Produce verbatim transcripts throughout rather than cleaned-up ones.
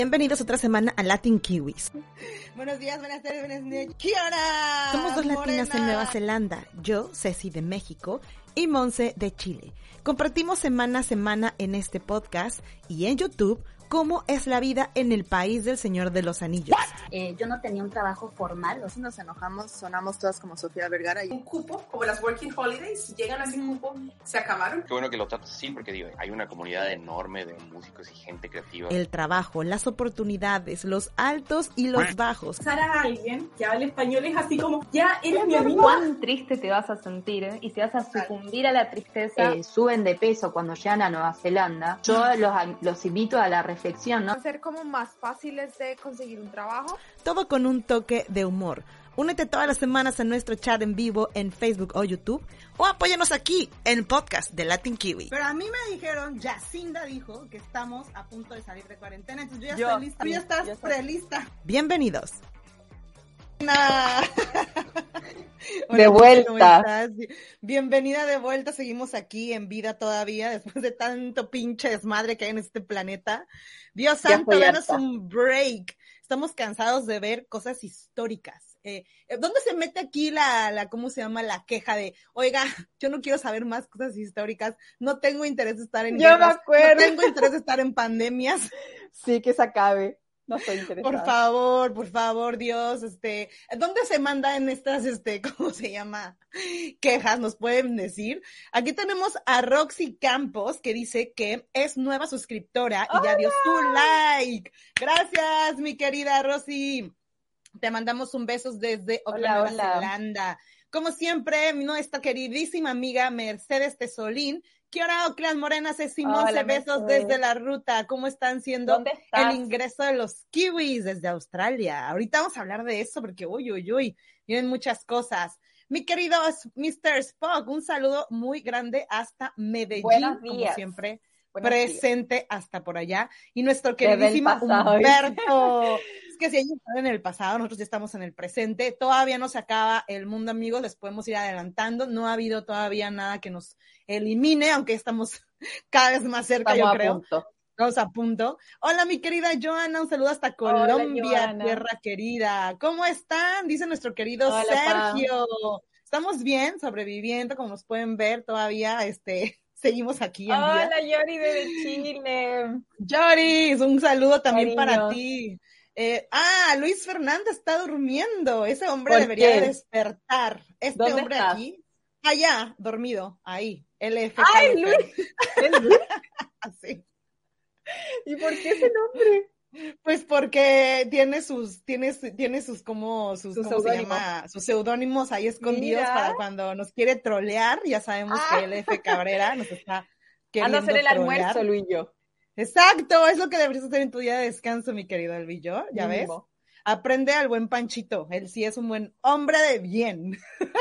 Bienvenidos otra semana a Latin Kiwis. Buenos días, buenas tardes, buenas noches. ¿Qué hora? Somos dos latinas Morena. en Nueva Zelanda. Yo, Ceci de México y Monse de Chile. Compartimos semana a semana en este podcast y en YouTube cómo es la vida en el país del Señor de los Anillos. Eh, yo no tenía un trabajo formal. Si nos enojamos, sonamos todas como Sofía Vergara. Y un cupo, como las Working Holidays, llegan a ese cupo, se acabaron. Qué bueno que lo tratas así, porque digo, hay una comunidad enorme de músicos y gente creativa. El trabajo, las oportunidades, los altos y los bajos. Usar a alguien que hable español es así como, ya eres mi amigo. ¿Cuán triste te vas a sentir eh? y si vas a sucumbir a la tristeza? Eh, suben de peso cuando llegan a Nueva Zelanda. Yo los, los invito a la reflexión, ¿no? Hacer como más fáciles de conseguir un trabajo. Todo con un toque de humor. Únete todas las semanas a nuestro chat en vivo en Facebook o YouTube o apóyanos aquí en el podcast de Latin Kiwi. Pero a mí me dijeron, Jacinda dijo que estamos a punto de salir de cuarentena, entonces yo ya Yo, estoy lista. Tú ya estás yo estoy- prelista. Bienvenidos. Hola, De ¿cómo vuelta. estás? Bienvenida de vuelta, seguimos aquí en vida todavía, después de tanto pinche desmadre que hay en este planeta. Dios Ya santo, estoy danos harta. un break. Estamos cansados de ver cosas históricas. Eh, ¿Dónde se mete aquí la, la, cómo se llama, la queja de, oiga, yo no quiero saber más cosas históricas, no tengo interés de estar en Yo me guerras, acuerdo. no tengo interés de estar en pandemias? Sí, que se acabe. No estoy interesada. Por favor, por favor, Dios, este, ¿dónde se mandan estas, este, cómo se llama, quejas? ¿Nos pueden decir? Aquí tenemos a Roxy Campos, que dice que es nueva suscriptora y ya dio su like. Gracias, mi querida Rosy. Te mandamos un beso desde Auckland, Hola, Nueva hola. Zelanda. Como siempre, nuestra queridísima amiga Mercedes Tesolín. ¿Qué hora, Auckland, Morena, Ceci, Monse? Hola, Besos Mercedes. desde la ruta. ¿Cómo están siendo ¿Dónde estás? el ingreso de los kiwis desde Australia? Ahorita vamos a hablar de eso porque, uy, uy, uy, vienen muchas cosas. Mi querido mister Spock, un saludo muy grande hasta Medellín, Buenos como días. siempre, Buenos presente hasta por allá. Y nuestro Desde el queridísimo pasado, Humberto. Es que si ellos están en el pasado, nosotros ya estamos en el presente. Todavía no se acaba el mundo, amigos, les podemos ir adelantando. No ha habido todavía nada que nos elimine, aunque estamos cada vez más cerca, Estamos yo a creo. punto. Estamos a punto. Hola, mi querida Joana, un saludo hasta Colombia, Joana. tierra querida. ¿Cómo están? Dice nuestro querido Hola, Sergio. Estamos bien, sobreviviendo, como nos pueden ver, todavía este, seguimos aquí en día. Hola, Yori desde Chile. Joris, un saludo también Cariño. para ti. Eh, ah, Luis Fernández está durmiendo. Ese hombre ¿Por debería qué? de despertar. Este ¿Dónde hombre está? aquí, allá, dormido, ahí. L F. ¡Ay, Luis! Así. ¿Y por qué ese nombre? Pues porque tiene sus, tiene, su- tiene sus como, sus, Sus ¿cómo se seudónimos. llama? Sus seudónimos ahí escondidos Mira. para cuando nos quiere trolear. Ya sabemos Ah. que L F Cabrera nos está queriendo Anda a hacer el trolear. almuerzo, Luis y yo. Exacto, es lo que deberías hacer en tu día de descanso, mi querido Elvillo, ¿ya ves? Mínimo. Aprende al buen Panchito, él sí es un buen hombre de bien.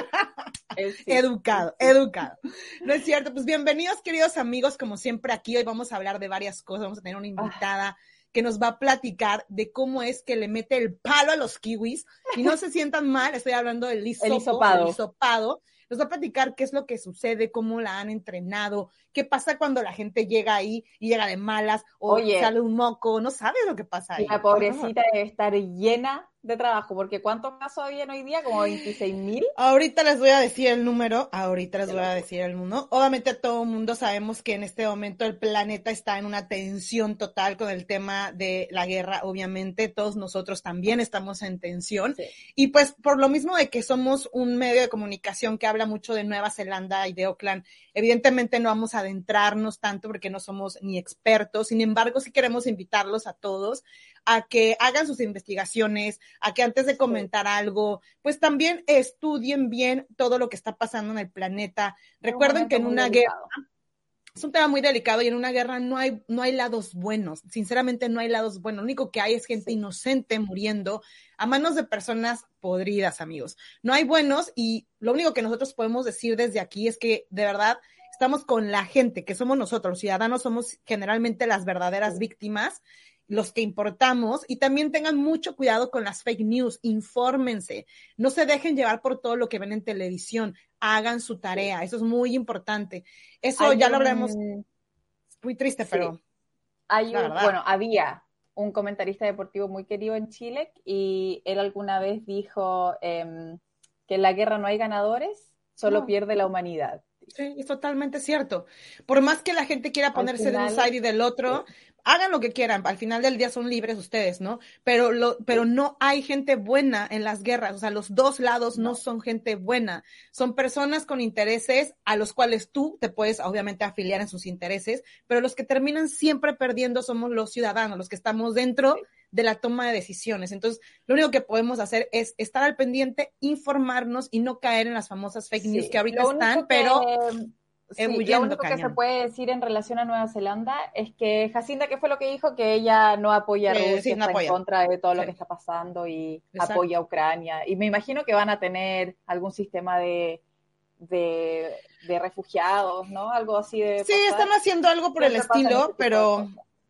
Él sí. Educado, educado. No es cierto, pues bienvenidos queridos amigos, como siempre aquí hoy vamos a hablar de varias cosas, vamos a tener una invitada que nos va a platicar de cómo es que le mete el palo a los kiwis, y no se sientan mal, estoy hablando del hisopo, hisopado. del hisopado. Nos va a platicar qué es lo que sucede, cómo la han entrenado, qué pasa cuando la gente llega ahí y llega de malas, o Oye. sale un moco, no sabes lo que pasa ahí. La pobrecita debe estar llena de trabajo, porque ¿cuántos casos había hoy día? ¿Como veintiséis mil? Ahorita les voy a decir el número, ahorita les voy a decir el número. Obviamente todo el mundo sabemos que en este momento el planeta está en una tensión total con el tema de la guerra, obviamente todos nosotros también estamos en tensión. Sí. Y pues por lo mismo de que somos un medio de comunicación que habla mucho de Nueva Zelanda y de Auckland, evidentemente no vamos a adentrarnos tanto porque no somos ni expertos, sin embargo sí queremos invitarlos a todos a que hagan sus investigaciones, a que antes de comentar algo, pues también estudien bien todo lo que está pasando en el planeta. Recuerden que en una guerra, es un tema muy delicado y en una guerra no hay, no hay lados buenos, sinceramente no hay lados buenos, lo único que hay es gente Sí. inocente muriendo a manos de personas podridas, amigos. No hay buenos y lo único que nosotros podemos decir desde aquí es que de verdad estamos con la gente, que somos nosotros, los ciudadanos somos generalmente las verdaderas víctimas, los que importamos, y también tengan mucho cuidado con las fake news, infórmense, no se dejen llevar por todo lo que ven en televisión, hagan su tarea, eso es muy importante. Eso Hay ya un- lo hablaremos, muy triste, Sí. pero Hay la un, verdad. bueno, había un comentarista deportivo muy querido en Chile y él alguna vez dijo eh, que en la guerra no hay ganadores, solo No. pierde la humanidad. Sí, es totalmente cierto. Por más que la gente quiera ponerse final, de un side y del otro, sí. hagan lo que quieran. Al final del día son libres ustedes, ¿no? Pero, lo, pero sí. no hay gente buena en las guerras. O sea, los dos lados no. no son gente buena. Son personas con intereses a los cuales tú te puedes, obviamente, afiliar en sus intereses, pero los que terminan siempre perdiendo somos los ciudadanos, los que estamos dentro sí. de la toma de decisiones. Entonces, lo único que podemos hacer es estar al pendiente, informarnos y no caer en las famosas fake news sí. que ahorita están, que... pero... Sí, lo único cañón. que se puede decir en relación a Nueva Zelanda es que Jacinda, ¿qué fue lo que dijo? Que ella no apoya a Rusia, sí, sí, no está apoya. en contra de todo sí. lo que está pasando y Exacto. apoya a Ucrania. Y me imagino que van a tener algún sistema de, de, de refugiados, ¿no? Algo así de... Sí, pasar. Están haciendo algo por Siempre el estilo, pero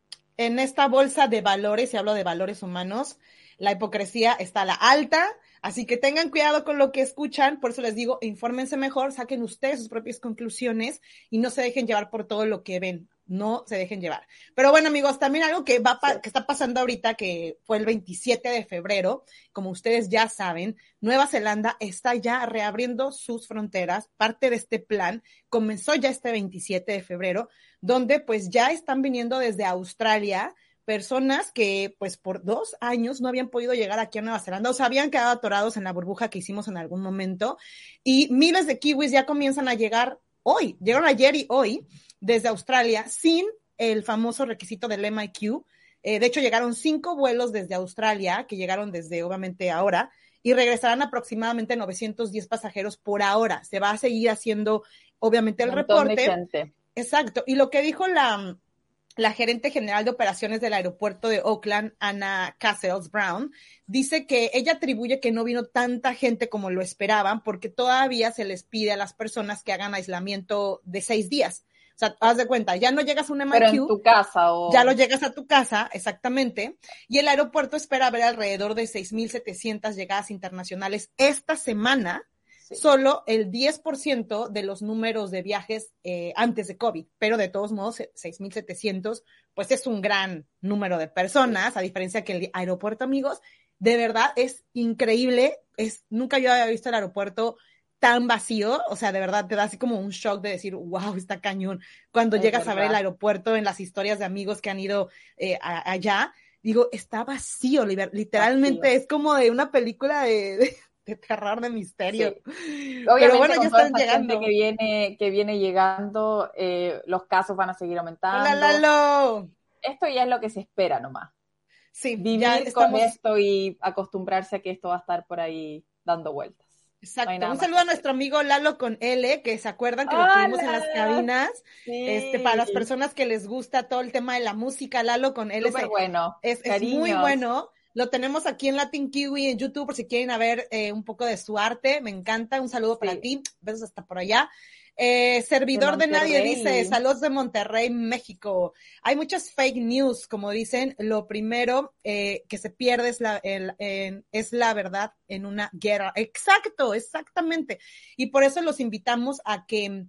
en esta bolsa de valores, y hablo de valores humanos, la hipocresía está a la alta. Así que tengan cuidado con lo que escuchan, por eso les digo, infórmense mejor, saquen ustedes sus propias conclusiones y no se dejen llevar por todo lo que ven, no se dejen llevar. Pero bueno, amigos, también algo que va pa- que está pasando ahorita, que fue el veintisiete de febrero, como ustedes ya saben, Nueva Zelanda está ya reabriendo sus fronteras, parte de este plan comenzó ya este veintisiete de febrero, donde pues ya están viniendo desde Australia personas que pues por dos años no habían podido llegar aquí a Nueva Zelanda o se habían quedado atorados en la burbuja que hicimos en algún momento y miles de kiwis ya comienzan a llegar hoy, llegaron ayer y hoy desde Australia sin el famoso requisito del M I Q, eh, de hecho llegaron cinco vuelos desde Australia que llegaron desde obviamente ahora y regresarán aproximadamente novecientos diez pasajeros por ahora, se va a seguir haciendo obviamente el reporte. Exacto, y lo que dijo la La gerente general de operaciones del aeropuerto de Auckland, Anna Castles Brown, dice que ella atribuye que no vino tanta gente como lo esperaban porque todavía se les pide a las personas que hagan aislamiento de seis días. O sea, haz de cuenta, ya no llegas a un M I Q. Pero en tu casa o... Ya lo llegas a tu casa, exactamente. Y el aeropuerto espera ver alrededor de seis mil setecientas llegadas internacionales esta semana. Sí. Solo el diez por ciento de los números de viajes eh, antes de COVID, pero de todos modos, seis mil setecientos, pues es un gran número de personas, a diferencia que el aeropuerto, amigos, de verdad es increíble, es, nunca yo había visto el aeropuerto tan vacío, o sea, de verdad te da así como un shock de decir, wow, está cañón, cuando es llegas verdad. a ver el aeropuerto en las historias de amigos que han ido eh, a, allá, digo, está vacío, literalmente, vacío. Es como de una película de... de de terror, de misterio. Sí. Obviamente, pero bueno, ya están llegando. Gente que viene, que viene llegando, eh, los casos van a seguir aumentando. ¡Hola, Lalo! Esto ya es lo que se espera nomás. Sí, vivir ya estamos... con esto y acostumbrarse a que esto va a estar por ahí dando vueltas. Exacto. No Un saludo a nuestro amigo Lalo con L, que se acuerdan que lo tuvimos en las cabinas. Sí. Este, para las personas que les gusta todo el tema de la música, Lalo con L. Súper bueno. Es, es muy bueno. Lo tenemos aquí en Latin Kiwi en YouTube por si quieren ver eh, un poco de su arte. Me encanta. Un saludo sí. para ti. Besos hasta por allá. Eh, servidor de, de nadie dice, saludos de Monterrey, México. Hay muchas fake news, como dicen. Lo primero eh, que se pierde es la, el, eh, es la verdad en una guerra. Exacto, exactamente. Y por eso los invitamos a que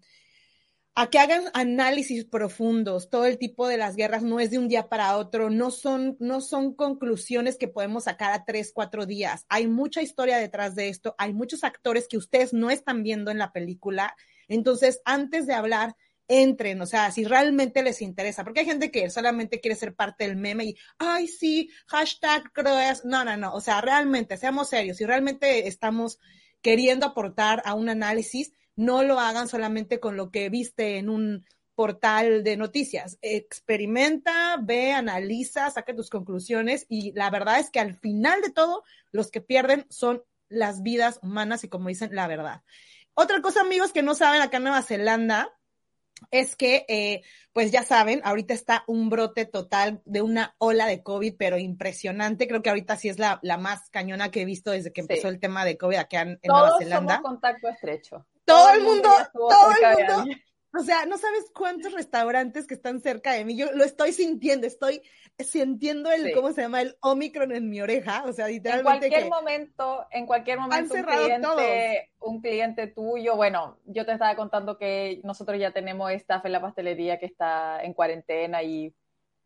a que hagan análisis profundos. Todo el tipo de las guerras no es de un día para otro, no son, no son conclusiones que podemos sacar a tres, cuatro días. Hay mucha historia detrás de esto, hay muchos actores que ustedes no están viendo en la película. Entonces, antes de hablar, entren, o sea, si realmente les interesa, porque hay gente que solamente quiere ser parte del meme y, ay, sí, hashtag creo es, no, no, no, o sea, realmente, seamos serios, si realmente estamos queriendo aportar a un análisis, no lo hagan solamente con lo que viste en un portal de noticias. Experimenta, ve, analiza, saca tus conclusiones y la verdad es que al final de todo, los que pierden son las vidas humanas y como dicen, la verdad. Otra cosa, amigos, que no saben acá en Nueva Zelanda es que, eh, pues ya saben, ahorita está un brote total de una ola de COVID, pero impresionante. Creo que ahorita sí es la, la más cañona que he visto desde que empezó sí. el tema de COVID acá en, en Nueva Zelanda. Todos somos contacto estrecho. Todo, todo el mundo, todo el mundo. O sea, no sabes cuántos restaurantes que están cerca de mí. Yo lo estoy sintiendo, estoy sintiendo el, sí. ¿cómo se llama? El Omicron en mi oreja. O sea, literalmente. En cualquier que momento, en cualquier momento, un cliente, un cliente tuyo, bueno, yo te estaba contando que nosotros ya tenemos staff en la pastelería que está en cuarentena y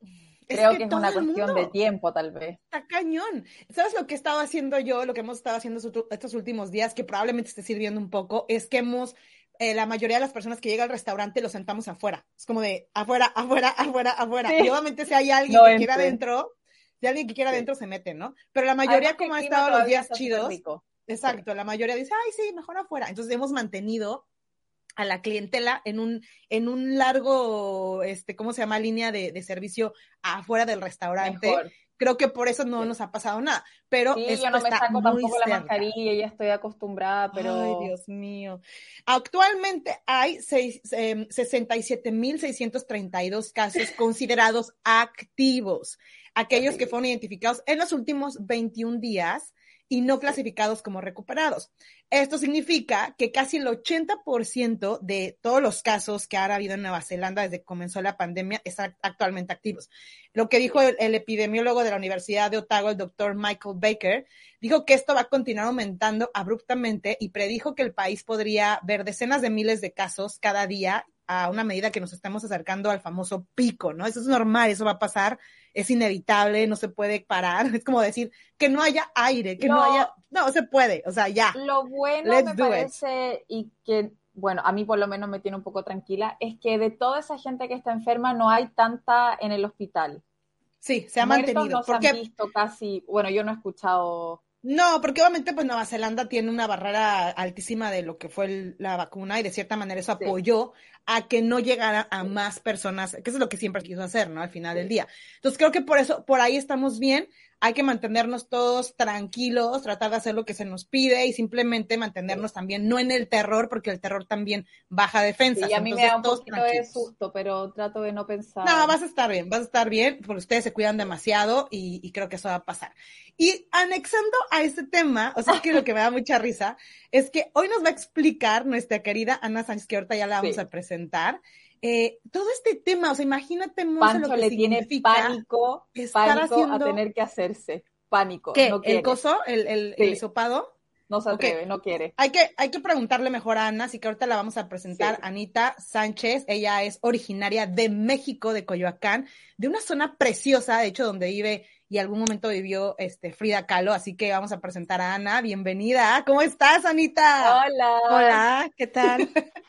Creo es que, que es una cuestión de tiempo, tal vez. Está cañón. ¿Sabes lo que he estado haciendo yo, lo que hemos estado haciendo estos últimos días, que probablemente esté sirviendo un poco, es que hemos, eh, la mayoría de las personas que llegan al restaurante los sentamos afuera. Es como de afuera, afuera, afuera, afuera. Sí. Y obviamente si hay alguien no que quiera adentro, si hay alguien que quiera adentro sí. se mete, ¿no? Pero la mayoría, Además, como ha estado los días chidos, exacto, sí. la mayoría dice, ay, sí, mejor afuera. Entonces hemos mantenido a la clientela en un, en un largo, este, ¿cómo se llama? Línea de, de servicio afuera del restaurante. Mejor. Creo que por eso no sí. nos ha pasado nada, pero sí, eso yo no me está saco muy tampoco cerca. la mascarilla, ya estoy acostumbrada, pero... Ay, Dios mío. Actualmente hay seis, eh, sesenta y siete mil seiscientos treinta y dos casos considerados activos, aquellos que fueron identificados en los últimos veintiún días y no clasificados como recuperados. Esto significa que casi el ochenta por ciento de todos los casos que ha habido en Nueva Zelanda desde que comenzó la pandemia están actualmente activos. Lo que dijo el, el epidemiólogo de la Universidad de Otago, el doctor Michael Baker, dijo que esto va a continuar aumentando abruptamente y predijo que el país podría ver decenas de miles de casos cada día a una medida que nos estamos acercando al famoso pico, ¿no? Eso es normal, eso va a pasar, es inevitable, no se puede parar, es como decir que no haya aire, que no, no haya, no se puede, o sea, ya. Lo bueno Let's me parece it. y que, bueno, a mí por lo menos me tiene un poco tranquila, es que de toda esa gente que está enferma no hay tanta en el hospital. Sí, se ha Muertos mantenido. No porque... se han visto casi, bueno, yo no he escuchado... No, porque obviamente pues Nueva Zelanda tiene una barrera altísima de lo que fue el, la vacuna y de cierta manera eso apoyó sí. a que no llegara a más personas, que eso es lo que siempre quiso hacer, ¿no? Al final sí. del día. Entonces creo que por eso, por ahí estamos bien, hay que mantenernos todos tranquilos, tratar de hacer lo que se nos pide y simplemente mantenernos sí. también, no en el terror, porque el terror también baja defensas. Sí, a mí Entonces, me da un todos poquito de susto, pero trato de no pensar. No, vas a estar bien, vas a estar bien, porque ustedes se cuidan demasiado y, y creo que eso va a pasar. Y anexando a este tema, o sea, es que lo que me da mucha risa es que hoy nos va a explicar nuestra querida Ana Sánchez, que ahorita ya la vamos sí. a presentar, eh, todo este tema, o sea, imagínate, Monse, lo que le significa tiene pánico, estar pánico haciendo... a tener que hacerse, pánico. ¿Qué? No ¿El coso? ¿El, el, sí. el hisopado? No se atreve, okay. no quiere. Hay que, hay que preguntarle mejor a Ana, así que ahorita la vamos a presentar. Sí. Anita Sánchez, ella es originaria de México, de Coyoacán, de una zona preciosa, de hecho, donde vive y algún momento vivió este Frida Kahlo, así que vamos a presentar a Ana. Bienvenida. ¿Cómo estás, Anita? Hola. Hola, ¿qué tal?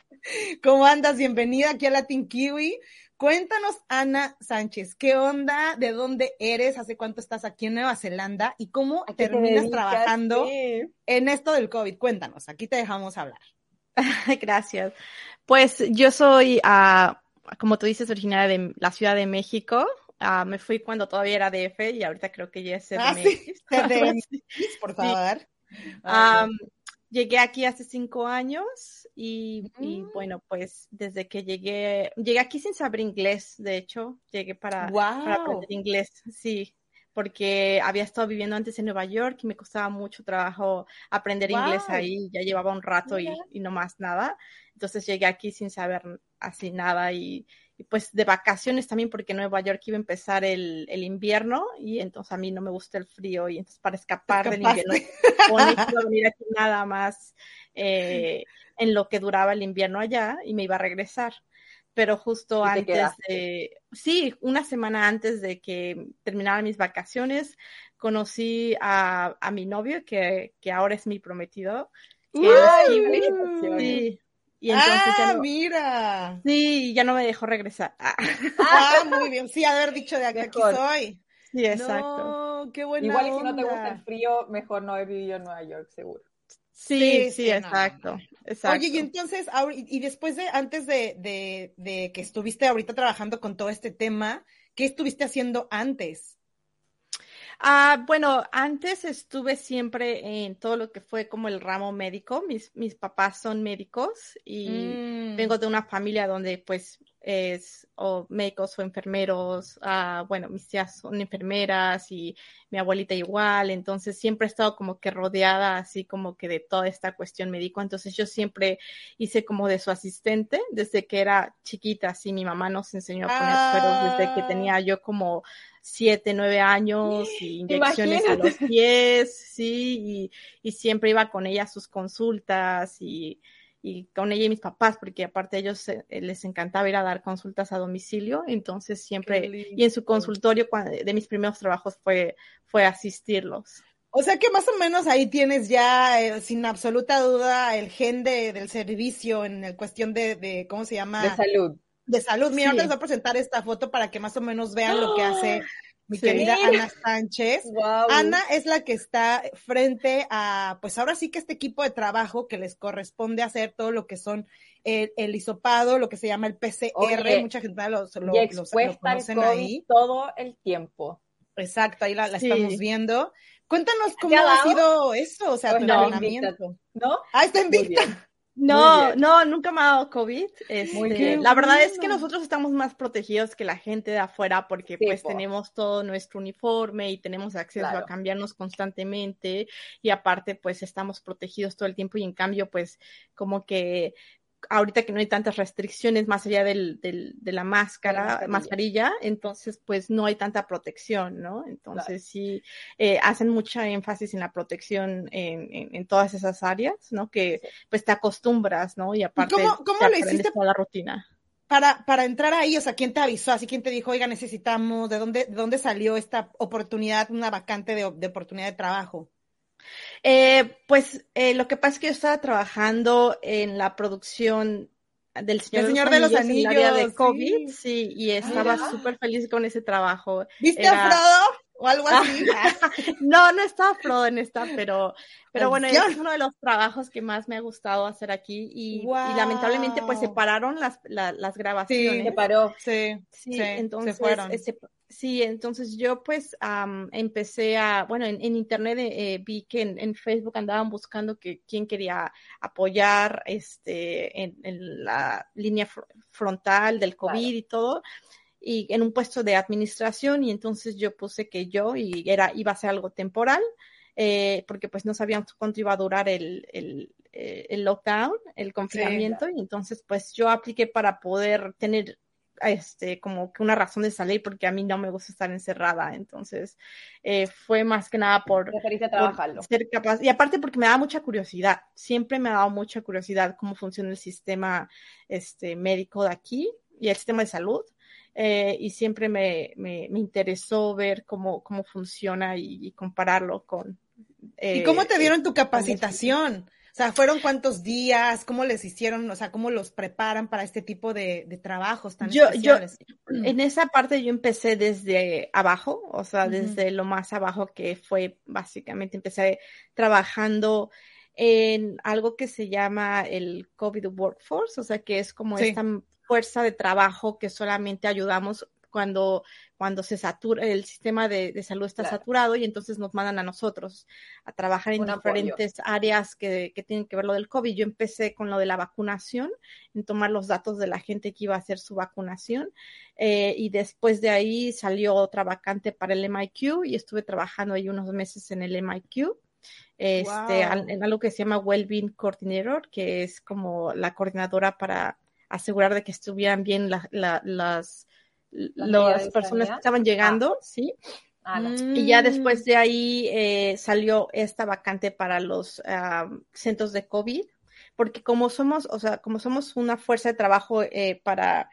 ¿Cómo andas? Bienvenida aquí a Latin Kiwi. Cuéntanos, Ana Sánchez, ¿qué onda? ¿De dónde eres? ¿Hace cuánto estás aquí en Nueva Zelanda? ¿Y cómo terminas trabajando sí. en esto del COVID? Cuéntanos, aquí te dejamos hablar. Gracias. Pues yo soy, uh, como tú dices, originaria de la Ciudad de México. Uh, me fui cuando todavía era D F y ahorita creo que ya es C D M X. Ah, sí, C D M X, por favor. Sí. Um, Llegué aquí hace cinco años y, mm. y bueno, pues desde que llegué, llegué aquí sin saber inglés, de hecho, llegué para, wow. para aprender inglés, sí, porque había estado viviendo antes en Nueva York y me costaba mucho trabajo aprender wow. inglés ahí, ya llevaba un rato y, y no más nada, entonces llegué aquí sin saber así nada y, y pues de vacaciones también porque en Nueva York iba a empezar el, el invierno y entonces a mí no me gusta el frío y entonces para escapar Escapaste. del invierno pone que iba a venir aquí nada más eh, en lo que duraba el invierno allá y me iba a regresar. Pero justo antes de, sí, una semana antes de que terminaran mis vacaciones, conocí a, a mi novio, que, que ahora es mi prometido. Que ¡Ay! Sí. Y entonces ah, ya no, mira. Sí, ya no me dejó regresar. Ah, ah muy bien. Sí, haber dicho de aquí, aquí soy. Sí, exacto. No, qué buena Igual onda. Si no te gusta el frío, mejor no haber vivido en Nueva York, seguro. Sí, sí, sí, sí exacto, no, no, no. exacto. Oye, y entonces, y después de, antes de, de, de que estuviste ahorita trabajando con todo este tema, ¿qué estuviste haciendo antes? Ah, bueno, antes estuve siempre en todo lo que fue como el ramo médico. Mis, mis papás son médicos y mm. vengo de una familia donde pues es o médicos o enfermeros. Ah, bueno, mis tías son enfermeras y mi abuelita igual. Entonces siempre he estado como que rodeada así como que de toda esta cuestión médico. Entonces yo siempre hice como de su asistente desde que era chiquita. Así mi mamá nos enseñó a poner ah. sueros desde que tenía yo como siete, nueve años y inyecciones Imagínate. a los pies, sí, y, y siempre iba con ella a sus consultas y, y con ella y mis papás, porque aparte a ellos eh, les encantaba ir a dar consultas a domicilio, entonces siempre, y en su consultorio cuando, de mis primeros trabajos fue, fue asistirlos. O sea que más o menos ahí tienes ya, eh, sin absoluta duda, el gen de, del servicio en el cuestión de, de, ¿cómo se llama? De salud. De salud. Mira, Sí. ahorita les voy a presentar esta foto para que más o menos vean lo que hace mi Sí. querida Ana Sánchez. Wow. Ana es la que está frente a, pues ahora sí que este equipo de trabajo que les corresponde hacer todo lo que son el, el hisopado, lo que se llama el P C R, Oye, mucha gente lo, lo, y lo, expuesta lo conocen al COVID ahí. todo el tiempo. Exacto, ahí la, la Sí. estamos viendo. Cuéntanos cómo ¿Te ha ha dado? sido eso, o sea, ¿O tu está entrenamiento. ¿No? Ah, está Muy invicta. bien. No, bien. no, nunca me ha dado COVID. Muy Este, bien. la verdad es bueno. que nosotros estamos más protegidos que la gente de afuera porque Sí, pues po. tenemos todo nuestro uniforme y tenemos acceso Claro. a cambiarnos constantemente y aparte pues estamos protegidos todo el tiempo y en cambio pues como que ahorita que no hay tantas restricciones más allá del, del, de la máscara, De la mascarilla. mascarilla, entonces pues no hay tanta protección, ¿no? Entonces sí, eh, hacen mucha énfasis en la protección en, en, en todas esas áreas, ¿no? Que Sí. pues te acostumbras, ¿no? Y aparte cómo- cómo te lo aprendes hiciste? toda la rutina. Para, para entrar ahí, o sea, ¿quién te avisó? Así, ¿quién te dijo, oiga, necesitamos, de dónde, de dónde salió esta oportunidad, una vacante de, de oportunidad de trabajo? Eh, pues eh, lo que pasa es que yo estaba trabajando en la producción del Señor, El de, Señor los de los Anillos, en el área de Anillos, COVID, sí. sí, y estaba Mira. súper feliz con ese trabajo. ¿Viste Era- a Frodo? O algo así. No, no estaba Frodo en esta, pero, pero bueno, es Maldición. uno de los trabajos que más me ha gustado hacer aquí y, Guau. y lamentablemente pues separaron las, la- las Sí, grabaciones. Se paró. sí, Sí, sí, entonces, se fueron. eh, se- sí, entonces yo pues am, empecé a, bueno, en, en internet eh, vi que en, en Facebook andaban buscando que quién quería apoyar este en, en la línea fr- frontal del COVID Claro. y todo, y en un puesto de administración, y entonces yo puse que yo, y era, iba a ser algo temporal, eh, porque pues no sabíamos cuánto iba a durar el, el, eh, el lockdown, el confinamiento, y entonces pues yo apliqué para poder tener este como que una razón de salir porque a mí no me gusta estar encerrada, entonces eh, fue más que nada por, Preferiste por trabajarlo. ser capaz, y aparte porque me da mucha curiosidad, siempre me ha dado mucha curiosidad cómo funciona el sistema este médico de aquí y el sistema de salud, eh, y siempre me, me, me interesó ver cómo, cómo funciona y, y compararlo con ¿Y eh, cómo te dieron tu con México. capacitación? O sea, ¿fueron cuántos días? ¿Cómo les hicieron? O sea, ¿cómo los preparan para este tipo de, de trabajos tan Yo, yo, especiales? en esa parte yo empecé desde abajo, o sea, Ujú. desde lo más abajo, que fue básicamente empecé trabajando en algo que se llama el COVID Workforce, o sea, que es como Sí. esta fuerza de trabajo que solamente ayudamos cuando, cuando se satura, el sistema de, de salud está Claro. saturado, y entonces nos mandan a nosotros a trabajar en Un apoyo. diferentes áreas que, que tienen que ver lo del COVID. Yo empecé con lo de la vacunación, en tomar los datos de la gente que iba a hacer su vacunación, eh, y después de ahí salió otra vacante para el M I Q y estuve trabajando ahí unos meses en el M I Q. Este, Wow. al- en algo que se llama Wellbeing Coordinator, que es como la coordinadora para asegurar de que estuvieran bien la- la- las, Las las medidas de personas que sanidad. estaban llegando, ¿sí? Ah, no. Mm. Y ya después de ahí eh, salió esta vacante para los ah, centros de COVID, porque como somos, o sea, como somos una fuerza de trabajo eh, para,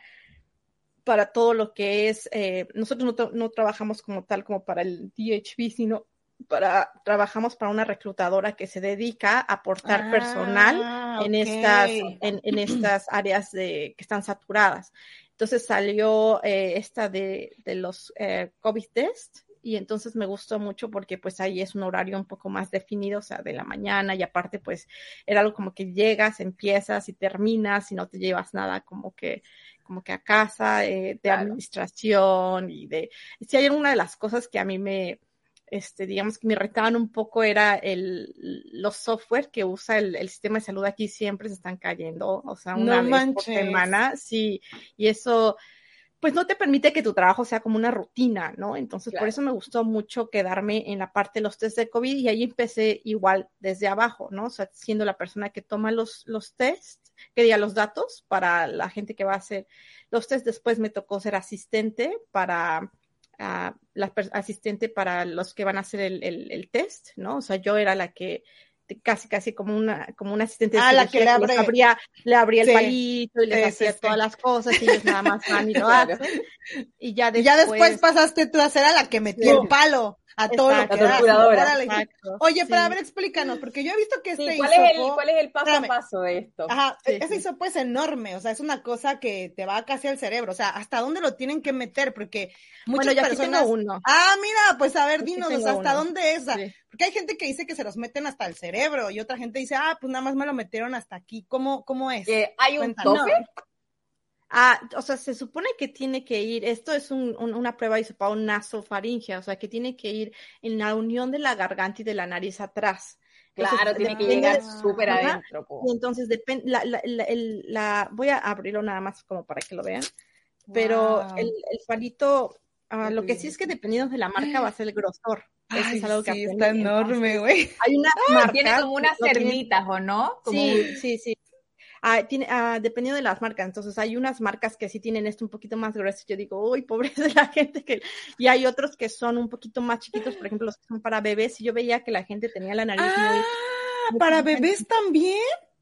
para todo lo que es, eh, nosotros no, tra- no trabajamos como tal como para el D H B, sino para, trabajamos para una reclutadora que se dedica a aportar Ah, personal en ok. estas, en, en estas áreas de, que están saturadas. Entonces salió eh, esta de, de los eh, COVID test, y entonces me gustó mucho porque pues ahí es un horario un poco más definido, o sea, de la mañana, y aparte pues era algo como que llegas, empiezas y terminas y no te llevas nada como que como que a casa, eh, de Claro. administración y de... Si hay una de las cosas que a mí me, este, digamos que me irritaban un poco era el, los software que usa el, el sistema de salud aquí siempre se están cayendo, o sea, una No vez por manches. semana, sí, y eso pues no te permite que tu trabajo sea como una rutina, ¿no? Entonces, Claro. por eso me gustó mucho quedarme en la parte de los test de COVID, y ahí empecé igual desde abajo, ¿no? O sea, siendo la persona que toma los, los tests, que diga los datos para la gente que va a hacer los tests. Después me tocó ser asistente para, uh, la per- asistente para los que van a hacer el, el, el test, ¿no? O sea, yo era la que casi, casi como una, como una asistente de ah, la que le, abre... que abría, le abría sí. el palito y les sí, hacía sí, todas sí. las cosas y ellos nada más van y lo hacen. Y ya después... ya después pasaste tú a ser a la que metía sí. el palo. A todo exacto, lo que da. Exacto, Oye, sí. pero a ver, explícanos, porque yo he visto que este sí, ¿cuál hisopo... Es el, ¿Cuál es el paso Espérame. a paso de esto? Ajá, sí, ese sí. hisopo es enorme, o sea, es una cosa que te va casi al cerebro, o sea, ¿hasta dónde lo tienen que meter? Porque muchas bueno, personas... Tengo uno. Ah, mira, pues a ver, yo dinos, o sea, ¿hasta uno. dónde es? O sea, sí. Porque hay gente que dice que se los meten hasta el cerebro, y otra gente dice, ah, pues nada más me lo metieron hasta aquí, ¿cómo, cómo es? Eh, ¿Hay un Cuéntanos. tope? No. Ah, o sea, se supone que tiene que ir, esto es un, un, una prueba de hisopado nasofaringea, o sea, que tiene que ir en la unión de la garganta y de la nariz atrás. Entonces, claro, tiene que llegar súper adentro. Po. Y entonces, depende, la, la, la, el, la, voy a abrirlo nada más como para que lo vean, wow. pero el, el palito, uh, lo que sí es que dependiendo de la marca va a ser el grosor. Ay, Eso es algo que sí, está enorme, güey. Hay una ah, marca. Tiene como unas cerditas, ¿o no? Como... Sí, sí, sí. Ah, tiene, ah, dependiendo de las marcas, entonces hay unas marcas que sí tienen esto un poquito más grueso, yo digo, uy, pobre de la gente, que y hay otros que son un poquito más chiquitos, por ejemplo, los que son para bebés, y yo veía que la gente tenía la nariz ah, muy... muy ¿para bebés también?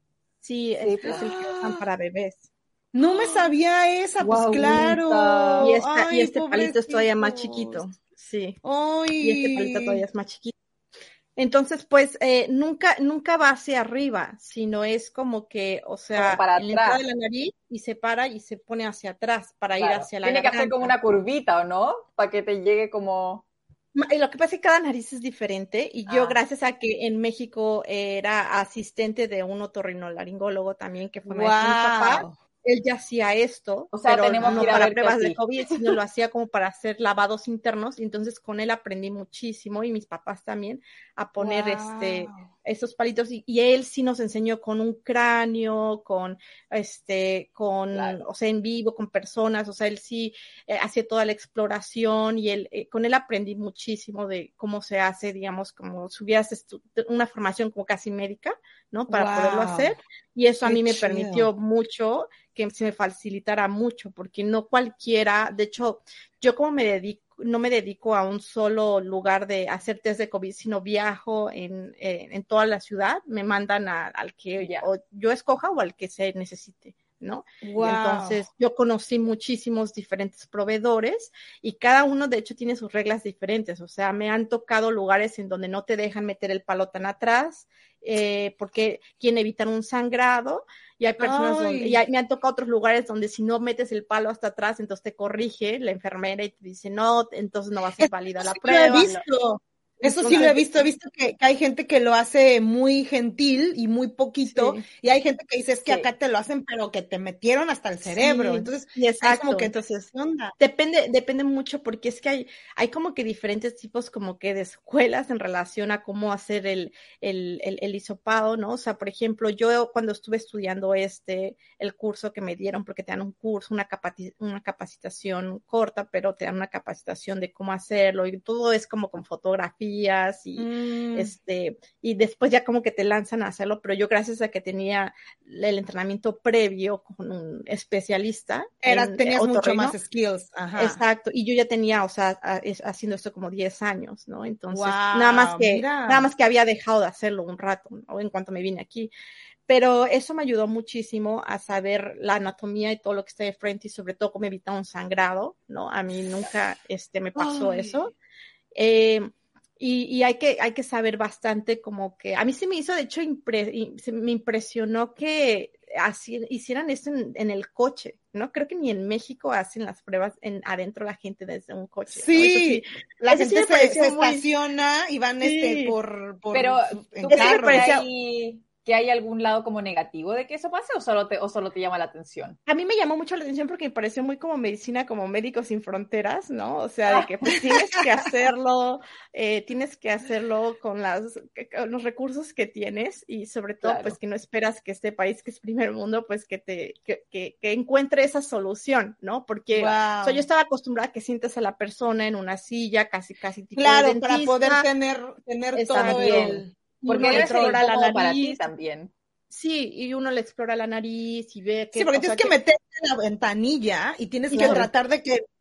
Sí, este es el que usan para bebés. No me sabía esa, pues wow, claro. Y, esta, Ay, y este pobrecitos. palito es todavía más chiquito, sí. Ay. Y este palito todavía es más chiquito. Entonces, pues, eh, nunca, nunca va hacia arriba, sino es como que, o sea, para en la entrada de la nariz y se para y se pone hacia atrás para claro. ir hacia la Tiene garganta. que hacer como una curvita, ¿o no? Para que te llegue como... Y lo que pasa es que cada nariz es diferente y yo, ah. gracias a que en México era asistente de un otorrinolaringólogo también, que fue wow. maestro de mi papá, él ya hacía esto, o sea, pero tenemos no que ir a para ver pruebas sí. de COVID, sino lo hacía como para hacer lavados internos, y entonces con él aprendí muchísimo, y mis papás también, a poner wow. este esos palitos, y, y él sí nos enseñó con un cráneo, con este, con, claro. o sea, en vivo, con personas, o sea, él sí eh, hacía toda la exploración, y él, eh, con él aprendí muchísimo de cómo se hace, digamos, como si hubieras estu- una formación como casi médica, ¿no? Para wow. poderlo hacer, y eso Qué a mí me chido. permitió mucho que se me facilitara mucho, porque no cualquiera, de hecho, yo como me dedico, no me dedico a un solo lugar de hacer test de COVID, sino viajo en, eh, en toda la ciudad, me mandan a, al que yeah. o yo escoja o al que se necesite, ¿no? Wow. Entonces, yo conocí muchísimos diferentes proveedores y cada uno, de hecho, tiene sus reglas diferentes. O sea, me han tocado lugares en donde no te dejan meter el palo tan atrás, eh, porque quieren evitar un sangrado, y hay personas Ay. donde, y hay, me han tocado otros lugares donde si no metes el palo hasta atrás, entonces te corrige la enfermera y te dice, no, entonces no va a ser válida la prueba. Lo he visto. Eso sí lo he visto, he visto que, que hay gente que lo hace muy gentil y muy poquito, sí. y hay gente que dice, es que sí. acá te lo hacen, pero que te metieron hasta el cerebro, sí. entonces, sí, exacto. es como que entonces, onda. Depende, depende mucho, porque es que hay, hay como que diferentes tipos como que de escuelas en relación a cómo hacer el, el, el, el hisopado, ¿no? O sea, por ejemplo, yo cuando estuve estudiando este, el curso que me dieron, porque te dan un curso, una, capaci- una capacitación corta, pero te dan una capacitación de cómo hacerlo, y todo es como con fotografía, y mm. este y después ya como que te lanzan a hacerlo, pero yo gracias a que tenía el entrenamiento previo con un especialista Era, en, tenías otorrino, mucho más skills. Ajá. Exacto, y yo ya tenía, o sea, a, es, haciendo esto como diez años, ¿no? Entonces, wow, nada más que mira. nada más que había dejado de hacerlo un rato, ¿no? En cuanto me vine aquí. Pero eso me ayudó muchísimo a saber la anatomía y todo lo que está de frente, y sobre todo cómo evitar un sangrado, ¿no? A mí nunca este me pasó Ay. eso. Eh, Y, y hay que hay que saber bastante, como que a mí se me hizo, de hecho, impre, se me impresionó que así hicieran esto en, en el coche, ¿no? Creo que ni en México hacen las pruebas en adentro la gente desde un coche. Sí, ¿no? sí la gente sí se, se muy... estaciona y van sí. este por, por Pero en ¿tú carro. crees que hay, que hay algún lado como negativo de que eso pase, o solo te o solo te llama la atención? A mí me llamó mucho la atención porque me pareció muy como medicina, como Médicos Sin Fronteras, ¿no? O sea, de que pues tienes que hacerlo, eh, tienes que hacerlo con, las, con los recursos que tienes, y sobre todo claro. pues que no esperas que este país, que es primer mundo, pues que te que, que, que encuentre esa solución, ¿no? Porque wow. o sea, yo estaba acostumbrada a que sientas a la persona en una silla, casi casi tipo claro, de dentista. Para poder tener, tener todo el... Porque debe ser incómodo la nariz para ti también. Sí, y uno le explora la nariz y ve que... Sí, porque tienes que, que meter en la ventanilla y tienes claro. que tratar de que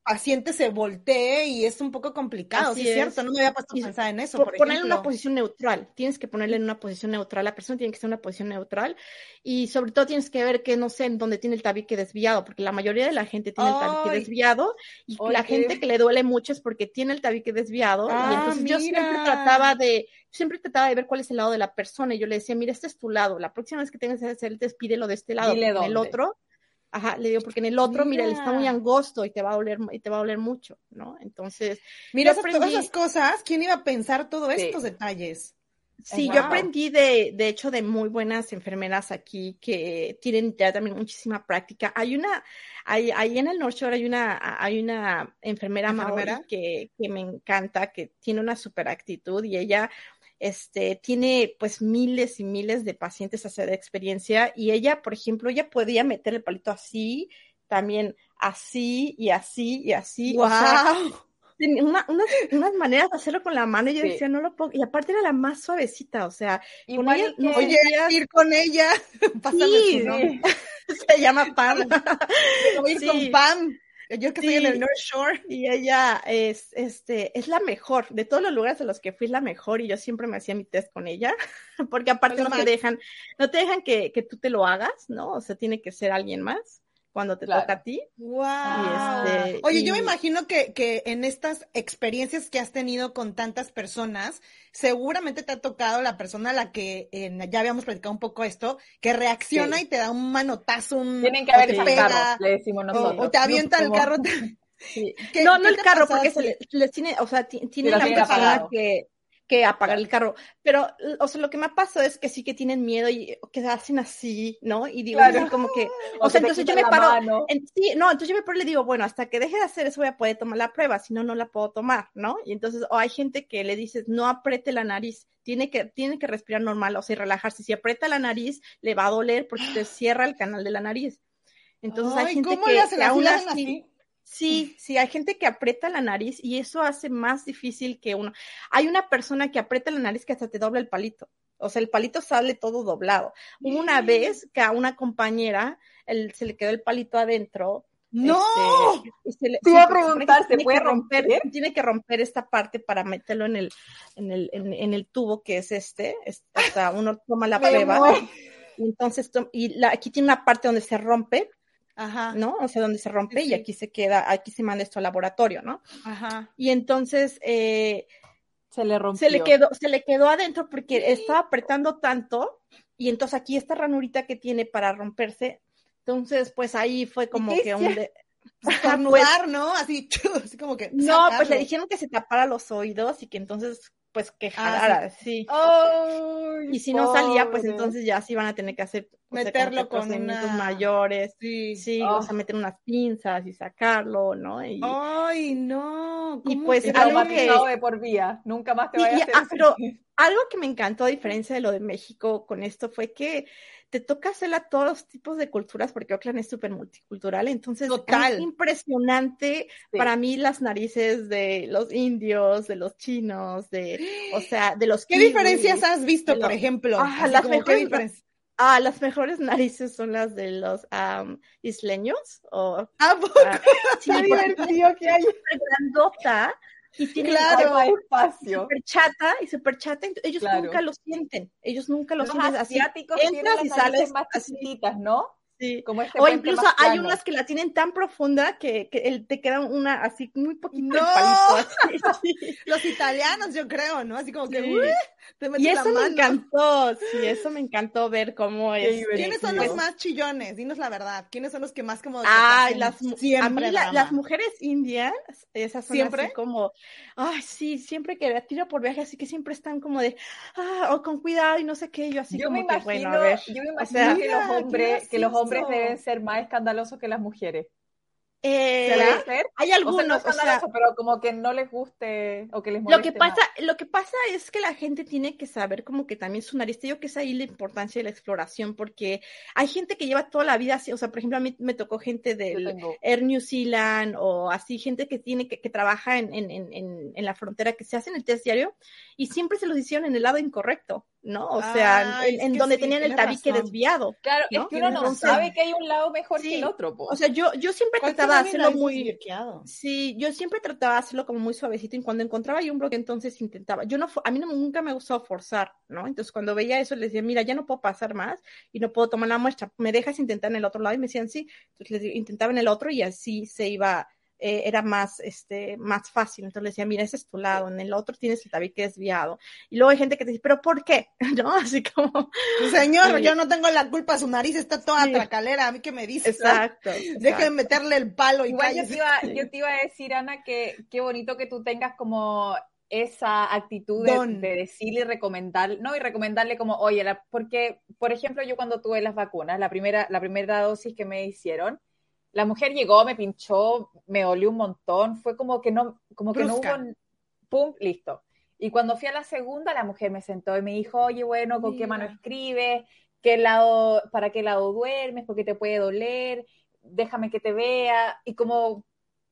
paciente se voltee y es un poco complicado, sí es cierto, no me había puesto a pensar en eso, por Ponerle en una posición neutral, tienes que ponerle en una posición neutral, la persona tiene que estar en una posición neutral y sobre todo tienes que ver que no sé en dónde tiene el tabique desviado, porque la mayoría de la gente tiene Ay. el tabique desviado y Oye. la gente que le duele mucho es porque tiene el tabique desviado ah, y entonces mira. yo siempre trataba de, siempre trataba de ver cuál es el lado de la persona y yo le decía, mira, este es tu lado, la próxima vez que tengas que hacer el test, pídelo de este lado, en el otro Ajá, le digo, porque en el otro, mira. mira, él está muy angosto y te va a doler, y te va a doler mucho, ¿no? Entonces, mira, esas, aprendí... todas esas cosas, ¿quién iba a pensar todos sí. estos detalles? Sí, wow. yo aprendí de, de hecho, de muy buenas enfermeras aquí que tienen ya también muchísima práctica. Hay una, hay, ahí en el North Shore hay una, hay una enfermera, ¿Enfermera? Maori que, que me encanta, que tiene una super actitud y ella Este, tiene pues miles y miles de pacientes hace de experiencia y ella, por ejemplo, ella podía meter el palito así, también así y así y así. ¡Wow! O sea, tenía una, unas, unas maneras de hacerlo con la mano y yo sí. decía, no lo puedo, y aparte era la más suavecita, o sea, con ella, que... no oye, sentías... ir con ella, pásame sí, su nombre. Sí. Se llama Pam. Voy a ir sí. con Pam. Yo que sí. estoy en el North Shore. Y ella es, este, es la mejor, de todos los lugares a los que fui es la mejor y yo siempre me hacía mi test con ella, porque aparte no te dejan, no te dejan que, que tú te lo hagas, ¿no? O sea, tiene que ser alguien más cuando te claro. toca a ti. Wow. Y este, Oye, y... yo me imagino que, que en estas experiencias que has tenido con tantas personas, seguramente te ha tocado la persona a la que, eh, ya habíamos platicado un poco esto, que reacciona sí. y te da un manotazo, un... Tienen que haber ese carro, le decimos nosotros. O, o te avienta no, el carro. Sí. No, no el carro, porque se les le tiene, o sea, t- tiene la persona que... que apagar el carro, pero, o sea, lo que me pasa es que sí que tienen miedo y que hacen así, ¿no? Y digo, claro. como que, o, o sea, entonces yo me paro, en, sí, no, entonces yo me paro y le digo, bueno, hasta que deje de hacer eso voy a poder tomar la prueba, si no, no la puedo tomar, ¿no? Y entonces, o hay gente que le dices, no apriete la nariz, tiene que, tiene que respirar normal, o sea, relajarse, si aprieta la nariz, le va a doler porque te cierra el canal de la nariz. Entonces Ay, hay gente ¿cómo que, le hacen que aún así? así... Sí, sí, hay gente que aprieta la nariz y eso hace más difícil que uno. Hay una persona que aprieta la nariz que hasta te dobla el palito. O sea, el palito sale todo doblado. Hubo una vez que a una compañera el, se le quedó el palito adentro. ¡No! Este, y se le, te iba a preguntar, ¿se puede romper? romper? Tiene que romper esta parte para meterlo en el, en el, en, en el tubo que es este. Es, hasta uno toma la prueba. Y entonces, y la, aquí tiene una parte donde se rompe. Ajá. ¿No? O sea, donde se rompe sí. y aquí se queda, aquí se manda esto al laboratorio, ¿no? Ajá. Y entonces eh, se le rompió. Se le quedó, se le quedó adentro porque sí. estaba apretando tanto y entonces aquí esta ranurita que tiene para romperse, entonces pues ahí fue como que un de... estornudar, ¿no? Así, así como que no, sacarlo. Pues le dijeron que se tapara los oídos y que entonces pues que jalara, ah, sí. sí. Oh, y si pobre. No salía, pues entonces ya sí van a tener que hacer o meterlo sea, con, con una... mayores, sí, sí oh. o sea, meter unas pinzas y sacarlo, ¿no? Y... Ay, no. Y pues y algo que de por vía, nunca más te vaya y, a hacer. Ah, pero algo que me encantó a diferencia de lo de México con esto fue que te toca hacerla a todos los tipos de culturas porque Oakland es súper multicultural, entonces Total. es impresionante sí. para mí las narices de los indios, de los chinos, de, o sea, de los ¿Qué kiwis, diferencias has visto, por ejemplo? Ah, las mejores, ah, las mejores narices son las de los um, isleños. O, ¿A poco? Uh, sí, qué divertido que hay. Grandota. Y tienen claro, espacio. Super chata y super chata, ellos claro. nunca lo sienten, ellos nunca lo Los sienten asiáticos así. Entras y sales más chiquititas, ¿no? Sí. Como este o incluso hay unas que la tienen tan profunda que, que el, te queda una así muy poquito no. el palito. Así, así. Los italianos, yo creo, ¿no? Así como que sí. uy, te metes y eso la mano. me encantó, sí, eso me encantó ver cómo es. ¿Quiénes son los más chillones? Dinos la verdad. ¿Quiénes son los que más como? Ay, las siempre. A mí la, las mujeres indias, esas son siempre así como, ay, sí, siempre que la tiro por viaje, así que siempre están como de, ah, o con cuidado y no sé qué, yo así yo como me imagino, que bueno, a ver. Yo me imagino o sea, que los hombres, que los hombres deben ser más escandalosos que las mujeres. Eh, hay algunos, o sea, no es o sea, pero como que no les guste o que les lo moleste que pasa, más. Lo que pasa es que la gente tiene que saber como que también su nariz, yo que es ahí la importancia de la exploración, porque hay gente que lleva toda la vida así, o sea, por ejemplo, a mí me tocó gente del Air New Zealand o así, gente que tiene que, que trabaja en, en, en, en la frontera, que se hacen el test diario y siempre se los hicieron en el lado incorrecto. ¿no? O sea, Ay, en, en donde sí, tenían el tabique razón. desviado. Claro, ¿no? es que uno no Entonces, sabe que hay un lado mejor sí. que el otro. Po. O sea, yo, yo siempre trataba de hacerlo muy... Sí, yo siempre trataba de hacerlo como muy suavecito y cuando encontraba yo un bloque, entonces intentaba. Yo no, a mí no, nunca me gustó forzar, ¿no? Entonces cuando veía eso, les decía, mira, ya no puedo pasar más y no puedo tomar la muestra. ¿Me dejas intentar en el otro lado? Y me decían, sí. Entonces les intentaba en el otro y así se iba... Eh, era más, este, más fácil. Entonces le decía, mira, ese es tu lado, en el otro tienes el tabique desviado. Y luego hay gente que te dice, ¿pero por qué? ¿No? Así como... Señor, sí. yo no tengo la culpa, su nariz está toda sí. tracalera, a mí que me dice. Exacto. Déjame meterle el palo y Igual yo te, iba, yo te iba a decir, Ana, que qué bonito que tú tengas como esa actitud de, de decirle y recomendar, no, y recomendarle como, oye, la, porque, por ejemplo, yo cuando tuve las vacunas, la primera, la primera dosis que me hicieron, la mujer llegó, me pinchó, me dolió un montón, fue como que no, como que Brusca. no hubo, pum, listo. Y cuando fui a la segunda, la mujer me sentó y me dijo, oye, bueno, ¿con Mira. qué mano escribes? ¿Qué lado, para qué lado duermes? Porque te puede doler, déjame que te vea, y como,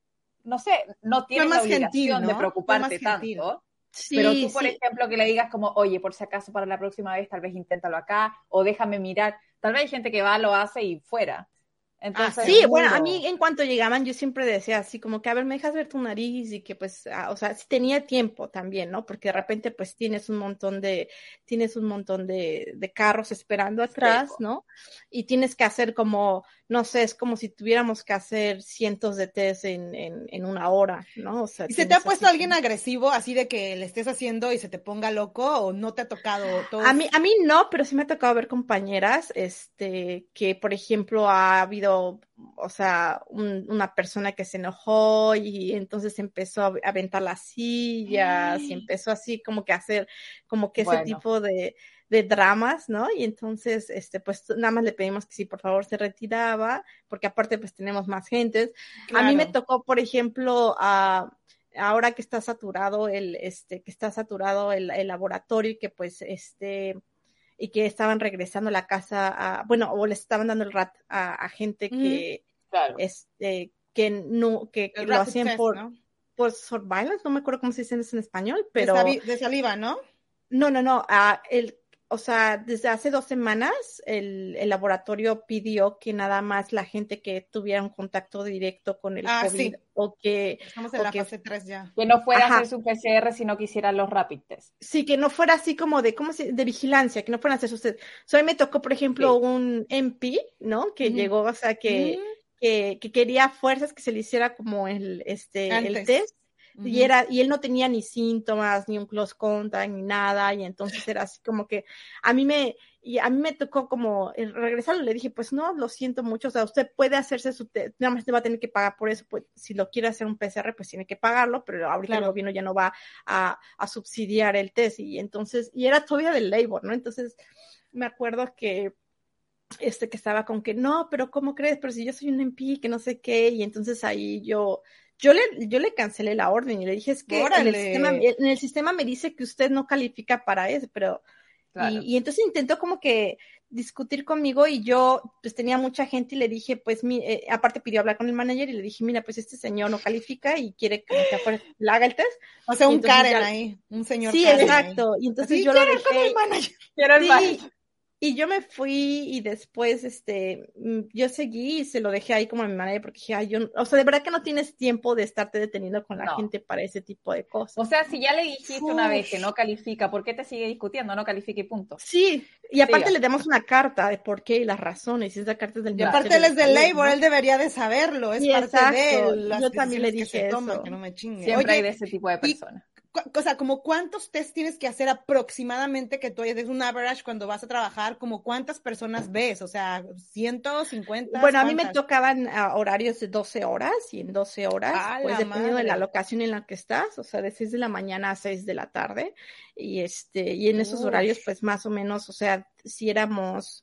no sé, no tienes la obligación gentil, ¿no? de preocuparte tanto. Sí, pero tú, por sí. ejemplo, que le digas como, oye, por si acaso para la próxima vez, tal vez inténtalo acá, o déjame mirar. Tal vez hay gente que va, lo hace y fuera. Entonces, ah, sí, bueno, a mí en cuanto llegaban yo siempre decía así como que a ver, me dejas ver tu nariz y que pues, ah, o sea, si tenía tiempo también, ¿no? Porque de repente pues tienes un montón de, tienes un montón de, de carros esperando atrás, ¿no? Y tienes que hacer como, no sé, es como si tuviéramos que hacer cientos de test en, en, en una hora, ¿no? O sea, ¿y se te ha puesto alguien como... agresivo así de que le estés haciendo y se te ponga loco o no te ha tocado todo? A mí, a mí no, pero sí me ha tocado ver compañeras, este, que por ejemplo ha habido o sea, un, una persona que se enojó y entonces empezó a aventar las sillas y empezó así como que a hacer como que bueno. ese tipo de, de dramas, ¿no? Y entonces, este, pues nada más le pedimos que sí, por favor, se retiraba, porque aparte pues tenemos más gentes. Claro. A mí me tocó, por ejemplo, a... ahora que está saturado el, este, que está saturado el, el laboratorio y que pues, este... y que estaban regresando a la casa, a, bueno, o les estaban dando el rat a, a gente que, mm, claro. este, que no, que, que lo hacían test, por, ¿no? por surveillance, no me acuerdo cómo se dice eso en español, pero... De, saliva, de saliva, ¿no? No, no, no, uh, el, o sea, desde hace dos semanas el, el laboratorio pidió que nada más la gente que tuviera un contacto directo con el ah, COVID, sí. o que... Estamos en o la que, fase tres ya. Que no fuera Ajá. a hacer su P C R si no quisiera los rapid test. Sí, que no fuera así como de, ¿cómo se, de vigilancia, que no fueran a hacer ustedes. So, a mí me tocó, por ejemplo, sí. un M P, ¿no? Que uh-huh. llegó, o sea, que, uh-huh. que, que quería fuerzas que se le hiciera como el, este, Antes. el test. Uh-huh. Y era, y él no tenía ni síntomas, ni un close contact, ni nada, y entonces era así como que a mí me, y a mí me tocó como regresarlo, le dije, pues no, lo siento mucho, o sea, usted puede hacerse su test, nada más te va a tener que pagar por eso, pues si lo quiere hacer un P C R, pues tiene que pagarlo, pero ahorita claro. el gobierno ya no va a, a subsidiar el test, y entonces, y era todavía del labor, ¿no? Entonces, me acuerdo que este que estaba con que, no, pero ¿cómo crees? Pero si yo soy un M P, que no sé qué, y entonces ahí yo... Yo le, yo le cancelé la orden y le dije, es que en el, sistema, en el sistema me dice que usted no califica para eso, pero... Claro. Y, y entonces intentó como que discutir conmigo y yo pues tenía mucha gente y le dije, pues, mi, eh, aparte pidió hablar con el manager y le dije, mira, pues este señor no califica y quiere que le haga el test. O sea, un Karen ya... ahí, un señor Sí, Karen exacto. Ahí. Y entonces ¿Sí? yo Quiero lo dejé. Como el manager. Quiero el sí. manager. Y yo me fui y después, este, yo seguí y se lo dejé ahí como a mi manager porque dije, ay, yo, o sea, de verdad que no tienes tiempo de estarte deteniendo con la no. gente para ese tipo de cosas. O sea, si ya le dijiste Uf. una vez que no califica, ¿por qué te sigue discutiendo? No califica y punto. Sí, y aparte Siga. le damos una carta de por qué y las razones, y esa carta es del... Y aparte él es del labor, ¿no? Él debería de saberlo, es sí, parte exacto. de él. Yo también le dije eso. Toman, que no me chingue. Siempre Oye, hay de ese tipo de personas. O sea, como cuántos test tienes que hacer aproximadamente que tú hayas, es un average cuando vas a trabajar, como cuántas personas ves, o sea, ciento cincuenta. Bueno, a mí me tocaban uh, horarios de doce horas y en doce horas, ah, pues dependiendo madre. de la locación en la que estás, o sea, de seis de la mañana a seis de la tarde y este, y en esos Uf. horarios, pues más o menos, o sea, si éramos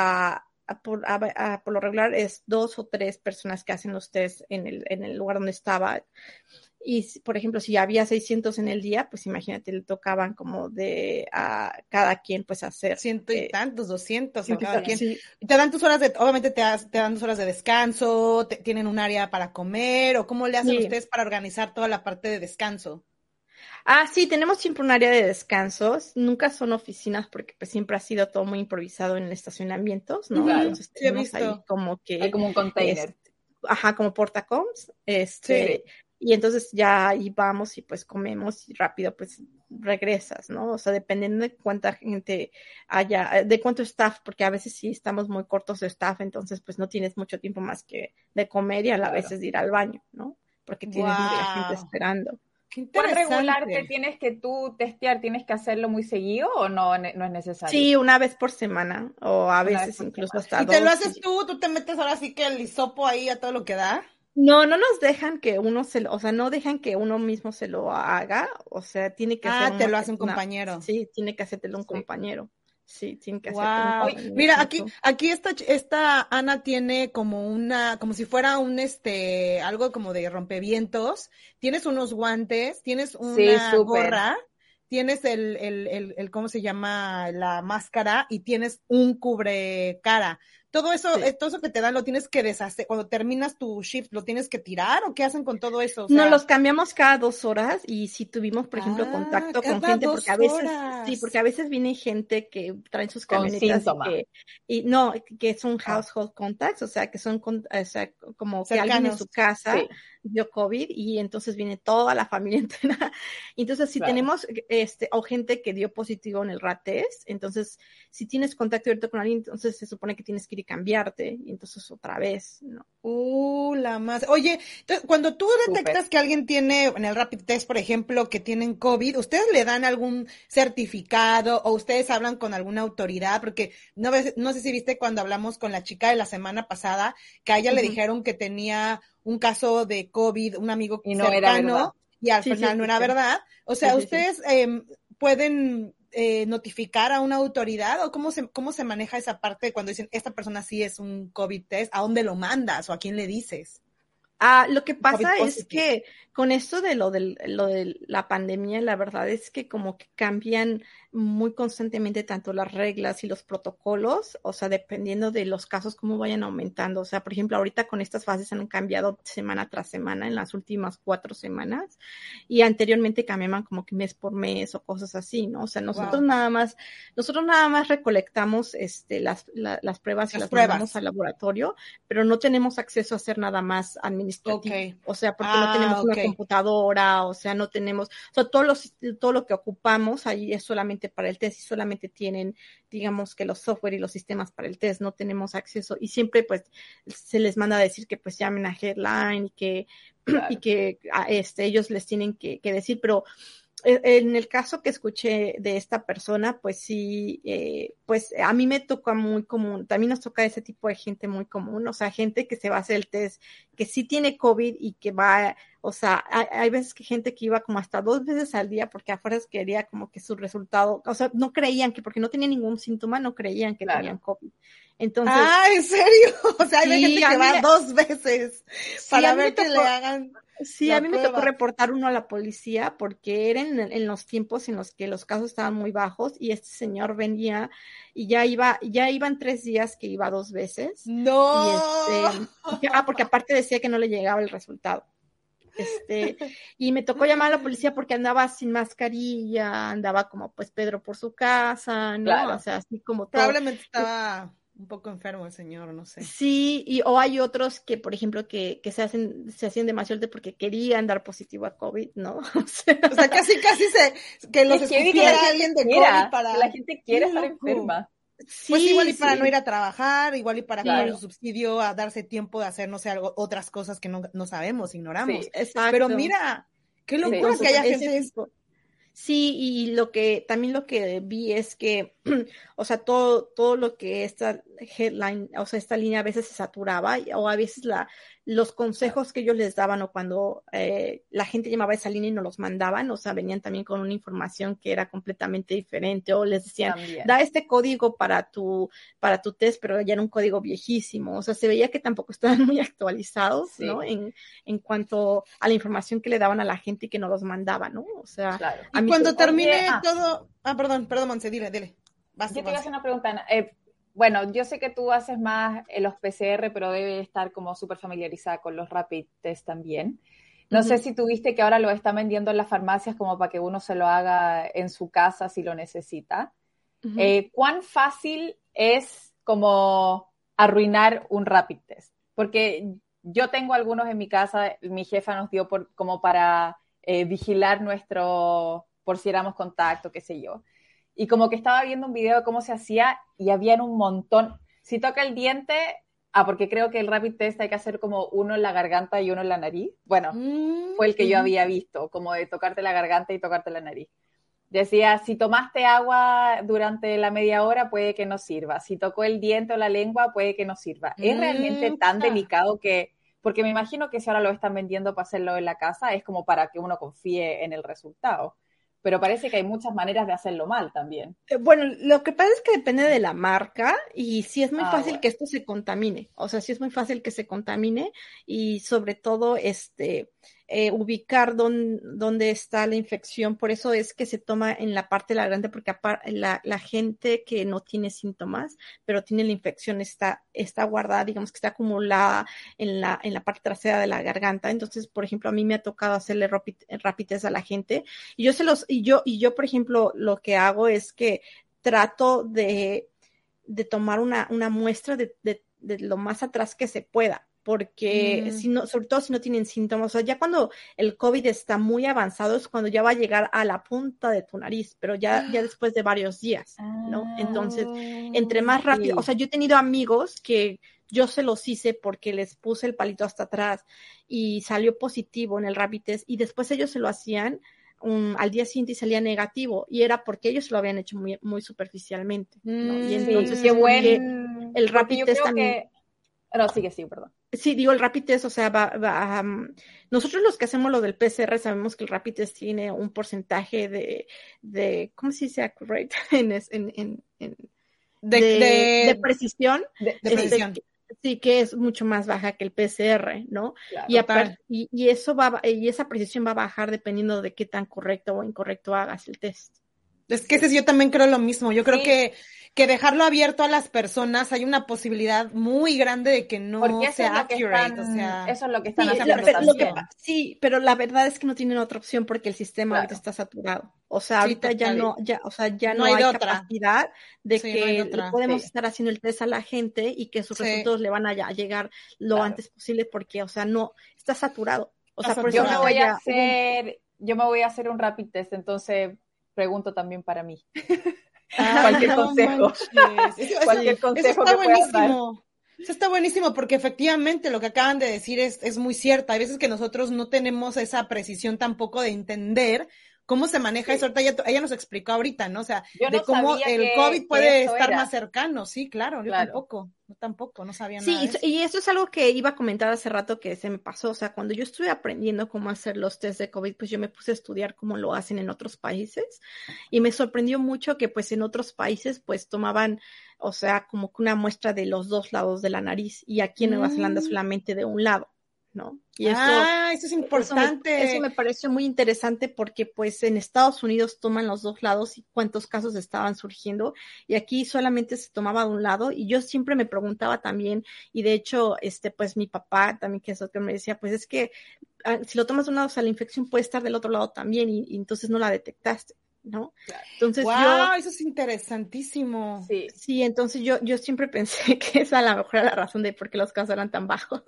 a uh, Por, a, a, por lo regular es dos o tres personas que hacen los test en el, en el lugar donde estaba. Y, por ejemplo, si había seiscientos en el día, pues imagínate, le tocaban como de a cada quien, pues hacer. Ciento y eh, tantos, doscientos a cada quien. Sí. Te dan tus horas de, obviamente te, das, te dan tus horas de descanso, te, tienen un área para comer, o cómo le hacen sí. ustedes para organizar toda la parte de descanso. Ah, sí, tenemos siempre un área de descansos. Nunca son oficinas porque pues siempre ha sido todo muy improvisado en estacionamientos, ¿no? Claro, Entonces sí he tenemos visto. ahí como que... Hay como un container. Este, ajá, como portacoms. Este, sí. Y entonces ya ahí vamos y pues comemos y rápido pues regresas, ¿no? O sea, dependiendo de cuánta gente haya, de cuánto staff, porque a veces sí estamos muy cortos de staff, entonces pues no tienes mucho tiempo más que de comer y a la Claro. vez de ir al baño, ¿no? Porque tienes Wow. mucha gente esperando. ¿Cuán regular te tienes que tú testear? ¿Tienes que hacerlo muy seguido o no, no es necesario? Sí, una vez por semana o a Una veces incluso semana. hasta ¿Y dos. te lo haces tú? ¿Tú te metes ahora sí que el hisopo ahí a todo lo que da? No, no nos dejan que uno se lo, o sea, no dejan que uno mismo se lo haga, o sea, tiene que ah, ser Ah, te lo hace un compañero. Una, sí, tiene que hacértelo un sí. compañero. Sí, tiene que wow. hacértelo un compañero. Mira, aquí, aquí esta, esta Ana tiene como una, como si fuera un este, algo como de rompevientos. Tienes unos guantes, tienes una sí, gorra, tienes el, el, el, el, ¿cómo se llama? La máscara y tienes un cubre cara. Todo eso, sí. todo eso que te dan lo tienes que deshacer. Cuando terminas tu shift, ¿lo tienes que tirar o qué hacen con todo eso? O sea, no, los cambiamos cada dos horas y si tuvimos, por ejemplo, ah, contacto cada con gente, dos porque a veces, horas. sí, porque a veces viene gente que traen sus con camionetas y, que, y no, que son household ah. contacts, o sea, que son, o sea, como Cercanos. que alguien en su casa sí. dio COVID y entonces viene toda la familia entera. Entonces, si claro. tenemos, este, o gente que dio positivo en el rat test, entonces, si tienes contacto directo con alguien, entonces se supone que tienes que ir y cambiarte, y entonces otra vez, ¿no? Uh, la más. Oye, entonces, cuando tú detectas Super. que alguien tiene, en el rapid test, por ejemplo, que tienen COVID, ¿ustedes le dan algún certificado o ustedes hablan con alguna autoridad? Porque no, no sé si viste cuando hablamos con la chica de la semana pasada, que a ella uh-huh. le dijeron que tenía un caso de COVID, un amigo y no cercano, era y al sí, final sí, no sí, era sí. verdad. O sea, sí, sí, ¿ustedes sí. Eh, pueden eh, notificar a una autoridad o cómo se, cómo se maneja esa parte cuando dicen, esta persona sí es un COVID test? ¿A dónde lo mandas o a quién le dices? Ah, lo que pasa es que con esto de lo, de lo de la pandemia, la verdad es que como que cambian muy constantemente tanto las reglas y los protocolos, o sea, dependiendo de los casos, cómo vayan aumentando. O sea, por ejemplo, ahorita con estas fases han cambiado semana tras semana en las últimas cuatro semanas y anteriormente cambiaban como que mes por mes o cosas así, ¿no? O sea, nosotros wow. nada más, nosotros nada más recolectamos este, las, la, las pruebas y las, las pruebas. mandamos al laboratorio, pero no tenemos acceso a hacer nada más administrativo. Okay. O sea, porque ah, no tenemos okay. una computadora, o sea, no tenemos, o sea, todo, los, todo lo que ocupamos ahí es solamente para el test y solamente tienen, digamos, que los software y los sistemas para el test, no tenemos acceso y siempre pues se les manda a decir que pues llamen a Headline y que, claro. y que a este, ellos les tienen que, que decir, pero en el caso que escuché de esta persona, pues sí, eh, pues a mí me toca muy común, también nos toca ese tipo de gente muy común, o sea, gente que se va a hacer el test, que sí tiene COVID y que va, o sea, hay, hay veces que gente que iba como hasta dos veces al día porque afuera quería como que su resultado, o sea, no creían que, porque no tenían ningún síntoma, no creían que claro. tenían COVID. Entonces, ah, ¿en serio? O sea, hay sí, gente que va me, dos veces sí, para ver tocó, que le hagan. Sí, a mí prueba. me tocó reportar uno a la policía porque era en, en los tiempos en los que los casos estaban muy bajos y este señor venía y ya iba, ya iban tres días que iba dos veces. No. Y este, ah, porque aparte decía que no le llegaba el resultado. Este, y me tocó llamar a la policía porque andaba sin mascarilla, andaba como pues Pedro por su casa, ¿no? Claro. O sea, así como todo. Probablemente estaba un poco enfermo el señor, no sé. Sí, y o hay otros que, por ejemplo, que, que se hacen, se hacían demasiado porque querían dar positivo a COVID, ¿no? O sea, o sea casi, casi se, que los escupiera alguien de quiera, COVID para. Que la gente quiere estar enferma. Sí, pues igual y para sí. no ir a trabajar, igual y para claro. pagar un subsidio, a darse tiempo de hacer, no sé, algo, otras cosas que no, no sabemos, ignoramos. Sí, exacto. Pero mira, qué locura sí, que haya gente. Tipo. Sí, y lo que también lo que vi es que, o sea, todo, todo lo que esta headline, o sea, esta línea a veces se saturaba, o a veces la, los consejos que ellos les daban, o cuando eh, la gente llamaba a esa línea y nos los mandaban, o sea, venían también con una información que era completamente diferente, o les decían, también. da este código para tu, para tu test, pero ya era un código viejísimo, o sea, se veía que tampoco estaban muy actualizados, sí. ¿no? En, en cuanto a la información que le daban a la gente y que nos los mandaban, ¿no? O sea, claro. Y cuando termine Oye, ah. todo, ah, perdón, perdón, Monse, dile, dile. Basta, yo te voy a hacer una pregunta, Ana. Eh, bueno, yo sé que tú haces más eh, los P C R, pero debe estar como súper familiarizada con los rapid test también. No uh-huh. sé si tuviste que ahora lo están vendiendo en las farmacias como para que uno se lo haga en su casa si lo necesita. Uh-huh. Eh, ¿Cuán fácil es como arruinar un rapid test? Porque yo tengo algunos en mi casa, mi jefa nos dio por, como para eh, vigilar nuestro, por si éramos contacto, qué sé yo. Y como que estaba viendo un video de cómo se hacía y habían un montón. Si toca el diente, ah, porque creo que el rapid test hay que hacer como uno en la garganta y uno en la nariz. Bueno, mm, fue el que mm. yo había visto, como de tocarte la garganta y tocarte la nariz. Decía, si tomaste agua durante la media hora, puede que no sirva. Si tocó el diente o la lengua, puede que no sirva. Mm, es realmente tan delicado que, porque me imagino que si ahora lo están vendiendo para hacerlo en la casa, es como para que uno confíe en el resultado. Pero parece que hay muchas maneras de hacerlo mal también. Bueno, lo que pasa es que depende de la marca y sí es muy ah, fácil bueno. que esto se contamine. O sea, sí es muy fácil que se contamine y sobre todo este eh, ubicar dónde, dónde está la infección. Por eso es que se toma en la parte de la garganta, porque la, la gente que no tiene síntomas, pero tiene la infección, está, está guardada, digamos que está acumulada en la, en la parte trasera de la garganta. Entonces, por ejemplo, a mí me ha tocado hacerle rapid, rapid test a la gente y yo se los, y yo, y yo, por ejemplo, lo que hago es que trato de, de tomar una, una muestra de, de, de lo más atrás que se pueda. Porque mm. si no, sobre todo si no tienen síntomas, o sea, ya cuando el COVID está muy avanzado es cuando ya va a llegar a la punta de tu nariz, pero ya, ya después de varios días, ¿no? Entonces, entre más rápido, sí. o sea, yo he tenido amigos que yo se los hice porque les puse el palito hasta atrás y salió positivo en el rapid test y después ellos se lo hacían um, al día siguiente y salía negativo y era porque ellos lo habían hecho muy, muy superficialmente, ¿no? Mm, y entonces sí, qué buen... el rapid test también... Que... No, sigue, sí, perdón. Sí, digo, el rapid test, o sea, va, va um, nosotros los que hacemos lo del P C R sabemos que el rapid test tiene un porcentaje de, de ¿cómo se dice accurate? en, en, en, en de, de, de, de precisión. De, de precisión. Este, sí, que es mucho más baja que el P C R, ¿no? Claro, y, aparte, y, y eso va, y esa precisión va a bajar dependiendo de qué tan correcto o incorrecto hagas el test. Es que ese, yo también creo lo mismo. Yo creo sí. que que dejarlo abierto a las personas hay una posibilidad muy grande de que no sea accurate, están, o sea, eso es lo que están sí, haciendo. Lo, pero, lo que, sí, pero la verdad es que no tienen otra opción porque el sistema claro. ahorita está saturado. O sea, ahorita sí, ya no, ya, o sea, ya no, no hay, hay capacidad de sí, que no podemos sí. estar haciendo el test a la gente y que sus sí. resultados le van a, a llegar lo claro. antes posible porque, o sea, no, está saturado. O sea, por yo eso me voy a hacer, un... yo me voy a hacer un rapid test, entonces pregunto también para mí. Ah, cualquier no consejo. Eso, cualquier eso, consejo eso está que buenísimo. Eso está buenísimo porque efectivamente lo que acaban de decir es, es muy cierto. Hay veces que nosotros no tenemos esa precisión tampoco de entender cómo se maneja sí. eso. Ahorita ella, ella nos explicó ahorita, ¿no? O sea, no de cómo el que, COVID puede estar era. más cercano. Sí, claro, yo claro. tampoco. Yo tampoco, no sabía sí, nada. Sí, y eso es algo que iba a comentar hace rato que se me pasó. O sea, cuando yo estuve aprendiendo cómo hacer los test de COVID, pues yo me puse a estudiar cómo lo hacen en otros países y me sorprendió mucho que pues en otros países pues tomaban, o sea, como que una muestra de los dos lados de la nariz y aquí en mm. Nueva Zelanda solamente de un lado, ¿no? Y eso, ah, eso es importante. Eso me, eso me pareció muy interesante porque pues en Estados Unidos toman los dos lados y cuántos casos estaban surgiendo y aquí solamente se tomaba de un lado y yo siempre me preguntaba también y de hecho este pues mi papá también que es lo que me decía pues es que si lo tomas de un lado o sea la infección puede estar del otro lado también y, y entonces no la detectaste, ¿no? Claro. Entonces wow, yo, eso es interesantísimo. Sí, sí, entonces yo, yo siempre pensé que esa a lo mejor era la razón de por qué los casos eran tan bajos.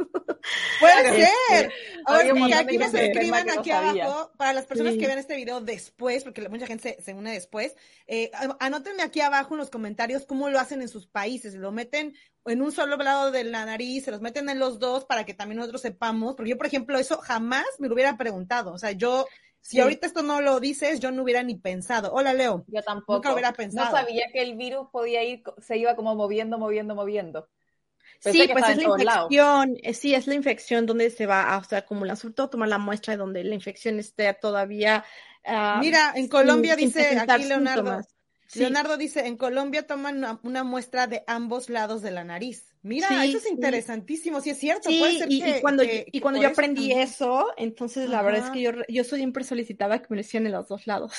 Puede ser. A ver, que aquí nos escriban aquí no abajo, para las personas sí. que vean este video después, porque mucha gente se, se une después, eh, anótenme aquí abajo en los comentarios cómo lo hacen en sus países, lo meten en un solo lado de la nariz, se los meten en los dos para que también nosotros sepamos, porque yo, por ejemplo, eso jamás me lo hubiera preguntado, o sea, yo... Si sí. ahorita esto no lo dices, yo no hubiera ni pensado. Hola, Leo. Yo tampoco. Nunca hubiera pensado. No sabía que el virus podía ir, se iba como moviendo, moviendo, moviendo. Pensé sí, pues es la infección, lados. sí, es la infección donde se va a o sea, acumular, sobre todo tomar la muestra de donde la infección esté todavía. Uh, Mira, en Colombia sin, dice, sin aquí Leonardo, sí. Leonardo dice, en Colombia toman una, una muestra de ambos lados de la nariz. Mira, sí, eso es sí. interesantísimo, sí es cierto. Sí, puede ser y, que, y cuando, que, y cuando que yo eso aprendí también. eso, entonces la Ajá. verdad es que yo, yo siempre solicitaba que me lo hicieran en los dos lados.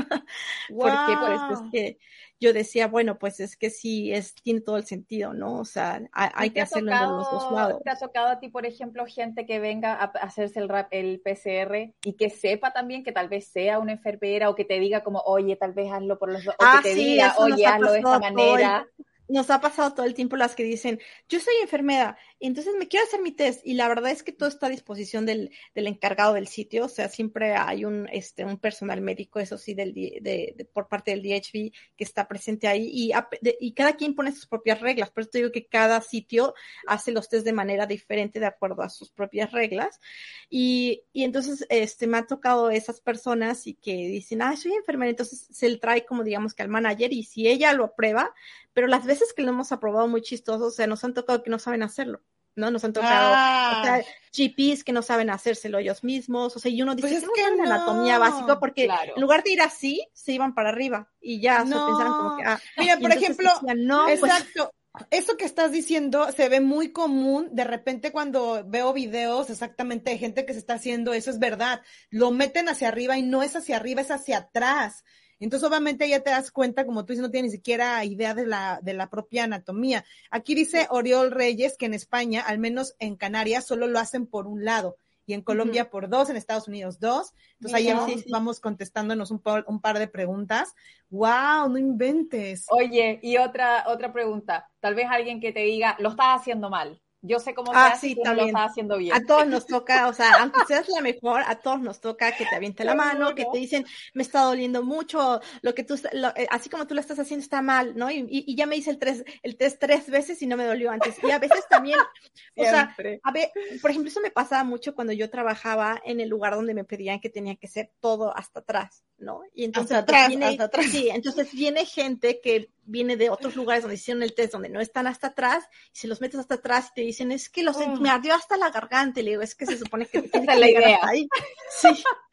Wow. Porque pues es que yo decía, bueno, pues es que sí, es, tiene todo el sentido, ¿no? O sea, hay, hay que hacerlo tocado, en los dos lados. ¿Te ha tocado a ti, por ejemplo, gente que venga a hacerse el, rap, el P C R y que sepa también que tal vez sea una enfermera o que te diga como, oye, tal vez hazlo por los dos, o ah, que te sí, diga, oye, hazlo de esta manera? Nos ha pasado todo el tiempo las que dicen, yo soy enfermera, entonces me quiero hacer mi test, y la verdad es que todo está a disposición del, del encargado del sitio, o sea, siempre hay un, este, un personal médico, eso sí, del, de, de, por parte del D H B que está presente ahí, y, de, y cada quien pone sus propias reglas, por eso te digo que cada sitio hace los test de manera diferente de acuerdo a sus propias reglas, y, y entonces este, me han tocado esas personas y que dicen, ah, soy enfermera, entonces se le trae como digamos que al manager, y si ella lo aprueba, pero las veces que lo hemos aprobado muy chistoso, o sea, nos han tocado que no saben hacerlo, ¿no? Nos han tocado, ah. o sea, G Ps que no saben hacérselo ellos mismos, o sea, y uno dice, pues es que no saben no. anatomía básica, porque claro. en lugar de ir así, se iban para arriba, y ya, no. o sea, pensaban como que, ah. Mira, por ejemplo, decían, no, exacto. Pues, eso que estás diciendo se ve muy común, de repente cuando veo videos exactamente de gente que se está haciendo eso, es verdad, lo meten hacia arriba y no es hacia arriba, es hacia atrás. Entonces, obviamente, ya te das cuenta, como tú dices, no tienes ni siquiera idea de la, de la propia anatomía. Aquí dice Oriol Reyes que en España, al menos en Canarias, solo lo hacen por un lado, y en Colombia uh-huh. por dos, en Estados Unidos dos. Entonces, ahí vamos, sí, sí. vamos contestándonos un, po- un par de preguntas. ¡Wow! No inventes. Oye, y otra, otra pregunta. Tal vez alguien que te diga, lo estás haciendo mal. Yo sé cómo ah, se hace, sí, tú no lo estás haciendo bien. A todos nos toca, o sea, aunque seas la mejor, a todos nos toca que te aviente la mano, bueno. que te dicen, me está doliendo mucho, lo que tú, lo, así como tú lo estás haciendo está mal, ¿no? Y, y, y ya me hice el, tres, el test tres veces y no me dolió antes. Y a veces también, o sea, a ver, por ejemplo, eso me pasaba mucho cuando yo trabajaba en el lugar donde me pedían que tenía que ser todo hasta atrás, ¿no? Y entonces hasta atrás, viene, hasta atrás. Sí, entonces viene gente que viene de otros lugares donde hicieron el test, donde no están hasta atrás, y se los metes hasta atrás y te dicen, es que los, oh. me ardió hasta la garganta, y le digo, es que se supone que tienes que la idea. Hasta ahí. Sí.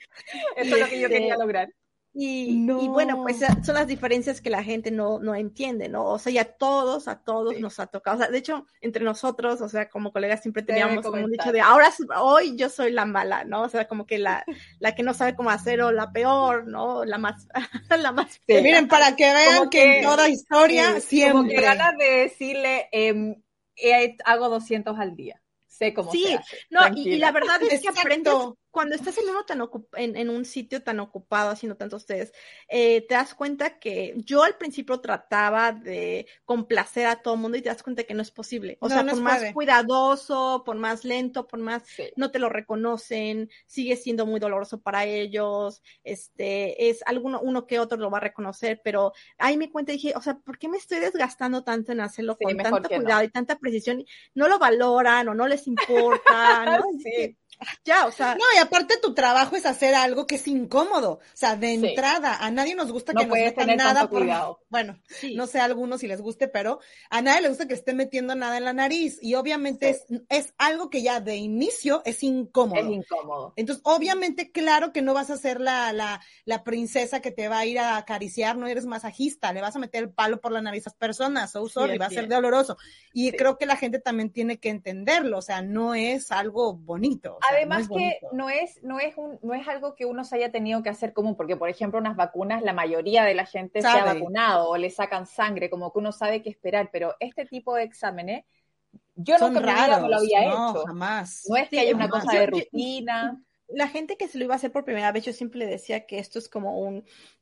Eso es lo que yo quería lograr. Y, no. y bueno, pues son las diferencias que la gente no, no entiende, ¿no? O sea, ya todos, a todos sí. nos ha tocado. O sea, de hecho, entre nosotros, o sea, como colegas siempre teníamos como un dicho de, ahora, hoy yo soy la mala, ¿no? O sea, como que la, la que no sabe cómo hacer, o la peor, ¿no? La más, la más sí. fea. Miren, para que vean como que, que en toda historia, sí, siempre. Como que ganas de decirle, eh, eh, hago doscientos al día. Sé cómo sí, se hace. no, y, y la verdad es que aprendes, cuando estás en uno tan ocup- en, en un sitio tan ocupado haciendo tantos test, eh, te das cuenta que yo al principio trataba de complacer a todo el mundo y te das cuenta que no es posible. O no, sea, no por más puede. cuidadoso, por más lento, por más sí. no te lo reconocen, sigue siendo muy doloroso para ellos, este, es alguno, uno que otro lo va a reconocer, pero ahí me cuenta y dije, o sea, ¿por qué me estoy desgastando tanto en hacerlo sí, con tanto cuidado no. y tanta precisión? No lo valoran o no les importa, ¿no? sí. Ya, o sea. No, y aparte tu trabajo es hacer algo que es incómodo. O sea, de sí. entrada, a nadie nos gusta no que nos metan nada por. Cuidado. Bueno, sí. no sé a algunos si les guste, pero a nadie le gusta que estén metiendo nada en la nariz. Y obviamente sí. es, es algo que ya de inicio es incómodo. Es incómodo. Entonces, obviamente, claro que no vas a ser la, la, la princesa que te va a ir a acariciar, no eres masajista, le vas a meter el palo por la nariz a esas personas, so sorry, sí, va a ser doloroso. Y sí. creo que la gente también tiene que entenderlo, o sea, no es algo bonito. O sea, Además no es que no es, no es un, no es algo que uno se haya tenido que hacer común, porque por ejemplo unas vacunas, la mayoría de la gente sabe. se ha vacunado o le sacan sangre, como que uno sabe qué esperar, pero este tipo de exámenes, yo Son nunca raros, me lo había no, hecho. Jamás. No es que sí, haya una jamás. cosa de rutina. La gente que se lo iba a hacer por primera vez, yo siempre le decía que esto es como un,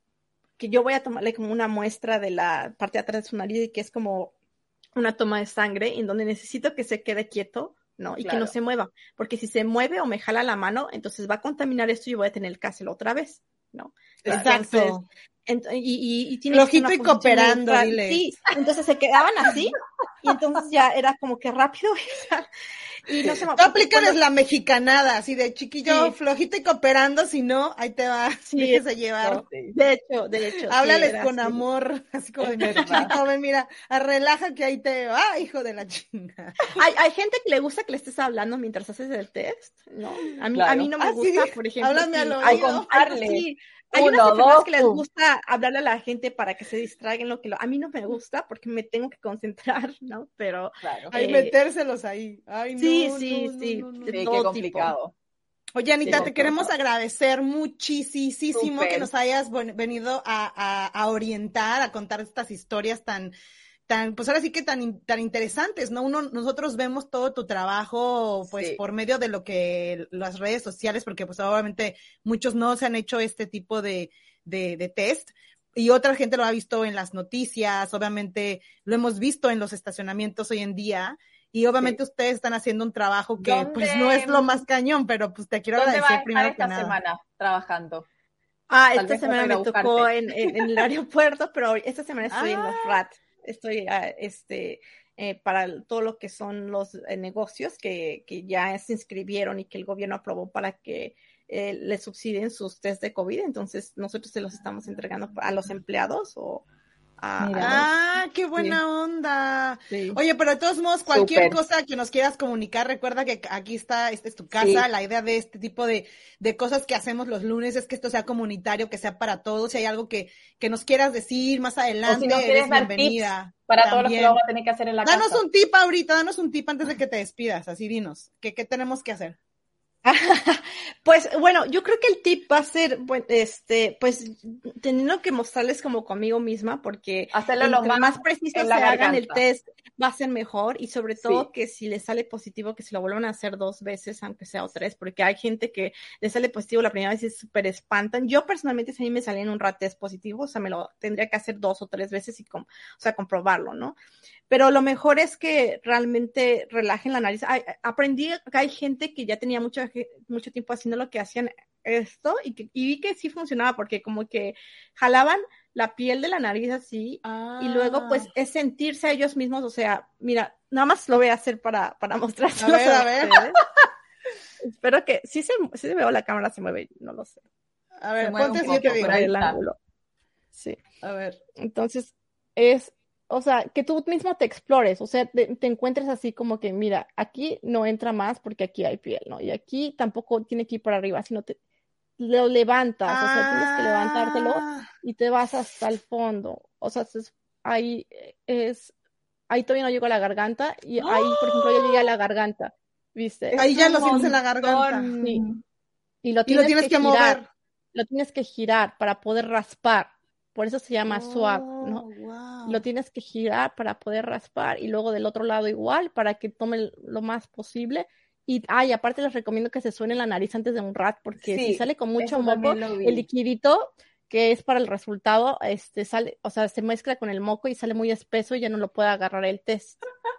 que yo voy a tomarle como una muestra de la parte de atrás de su nariz y que es como una toma de sangre en donde necesito que se quede quieto, ¿no? Y claro. que no se mueva, porque si se mueve o me jala la mano, entonces va a contaminar esto y yo voy a tener que hacerlo otra vez, ¿no? Exacto. Entonces, ent- y, y, y tiene flojito y cooperando, dile. Sí, entonces se quedaban así, y entonces ya era como que rápido, y no se me... Tú aplicas la mexicanada, así de chiquillo, sí. flojito y cooperando, si no, ahí te va, sí, déjese llevar. No, sí. De hecho, de hecho. Háblales sí, con así. amor, así como de joven, mira, relaja que ahí te va, hijo de la chinga. Hay, hay gente que le gusta que le estés hablando mientras haces el test, ¿no? A mí, claro. a mí no me ah, gusta, sí. por ejemplo. Háblame sí, al oído. Hay, contarle. Sí, Hay Uno, unas enfermeras dos, que les pum. gusta hablarle a la gente para que se distraigan, lo que lo, a mí no me gusta porque me tengo que concentrar, ¿no? Pero Claro. Ay, eh, metérselos ahí. Ay, sí, no, sí, no, sí, no, no, de Sí, no. qué todo complicado. tipo. Oye, Anita, Sí, te queremos complicado. agradecer muchísimo que Súper. nos hayas ven- venido a, a, a orientar, a contar estas historias tan, tan, pues ahora sí que tan, in- tan interesantes, ¿no? Uno, nosotros vemos todo tu trabajo, pues, Sí. por medio de lo que las redes sociales, porque pues obviamente muchos no se han hecho este tipo de, de, de test, y otra gente lo ha visto en las noticias, obviamente lo hemos visto en los estacionamientos hoy en día, y obviamente Sí. ustedes están haciendo un trabajo que ¿Dónde, pues no es lo más cañón, pero pues te quiero ¿Dónde vas agradecer a estar primero que esta nada. semana trabajando? Ah, Tal esta vez semana trato de ir a me tocó buscarte. en, en, en el aeropuerto, pero esta semana estoy en los Ah. R A T. Estoy ah, este, eh, para el- todo lo que son los eh, negocios que, que ya se inscribieron y que el gobierno aprobó para que eh, les subsidien sus test de COVID. Entonces, nosotros se los estamos entregando a los empleados o a, a Mira. los... Ah, qué buena Sí. onda. Sí. Oye, pero de todos modos, cualquier Súper. cosa que nos quieras comunicar, recuerda que aquí está, esta es tu casa. Sí. La idea de este tipo de, de cosas que hacemos los lunes es que esto sea comunitario, que sea para todos. Si hay algo que, que nos quieras decir más O adelante, si nos eres quieres dar tips bienvenida. para todos los que También. lo vamos a tener que hacer en la Danos casa. un tip ahorita, danos un tip antes de que te despidas, así dinos. ¿Qué, qué tenemos que hacer? Pues bueno, yo creo que el tip va a ser, bueno, este, pues teniendo que mostrarles como conmigo misma, porque Hacerlo lo entre más más preciso en se la hagan el garganta. test, va a ser mejor y sobre todo Sí. que si les sale positivo, que se lo vuelvan a hacer dos veces, aunque sea o tres, porque hay gente que les sale positivo la primera vez y se súper espantan. Yo personalmente, si a mí me salía en un R A T test positivo, o sea, me lo tendría que hacer dos o tres veces y, com o sea, comprobarlo, ¿no? Pero lo mejor es que realmente relajen la nariz. Ay, aprendí que hay gente que ya tenía mucho, mucho tiempo haciendo lo que hacían esto y, que, y vi que sí funcionaba porque como que jalaban la piel de la nariz así Ah. y luego pues es sentirse a ellos mismos, o sea, mira, nada más lo voy a hacer para, para mostrárselo A ver, a ver. Espero que, sí se, sí se veo la cámara, se mueve, no lo sé. A ver, Se mueve ponte un así, yo te poco, digo. pero ahí el está. ángulo. Sí. A ver. Entonces, es, o sea, que tú mismo te explores, o sea, te, te encuentres así como que, mira, aquí no entra más porque aquí hay piel, ¿no? Y aquí tampoco tiene que ir para arriba, sino te lo levantas, Ah. o sea, tienes que levantártelo y te vas hasta el fondo. O sea, es, ahí es, ahí todavía no llego a la garganta y ahí, por ejemplo, yo llegué a la garganta, ¿viste? Ahí Es ya un lo sientes en la montón. garganta. Sí. Y lo Y tienes, lo tienes que, que girar, mover. lo tienes que girar para poder raspar. Por eso se llama swab, ¿no? Oh, wow. Lo tienes que girar para poder raspar y luego del otro lado igual para que tome lo más posible. Y, ay, aparte les recomiendo que se suene la nariz antes de un R A T porque Sí, si sale con mucho eso moco, también lo vi. el liquidito que es para el resultado, este sale, o sea, se mezcla con el moco y sale muy espeso y ya no lo puede agarrar el test.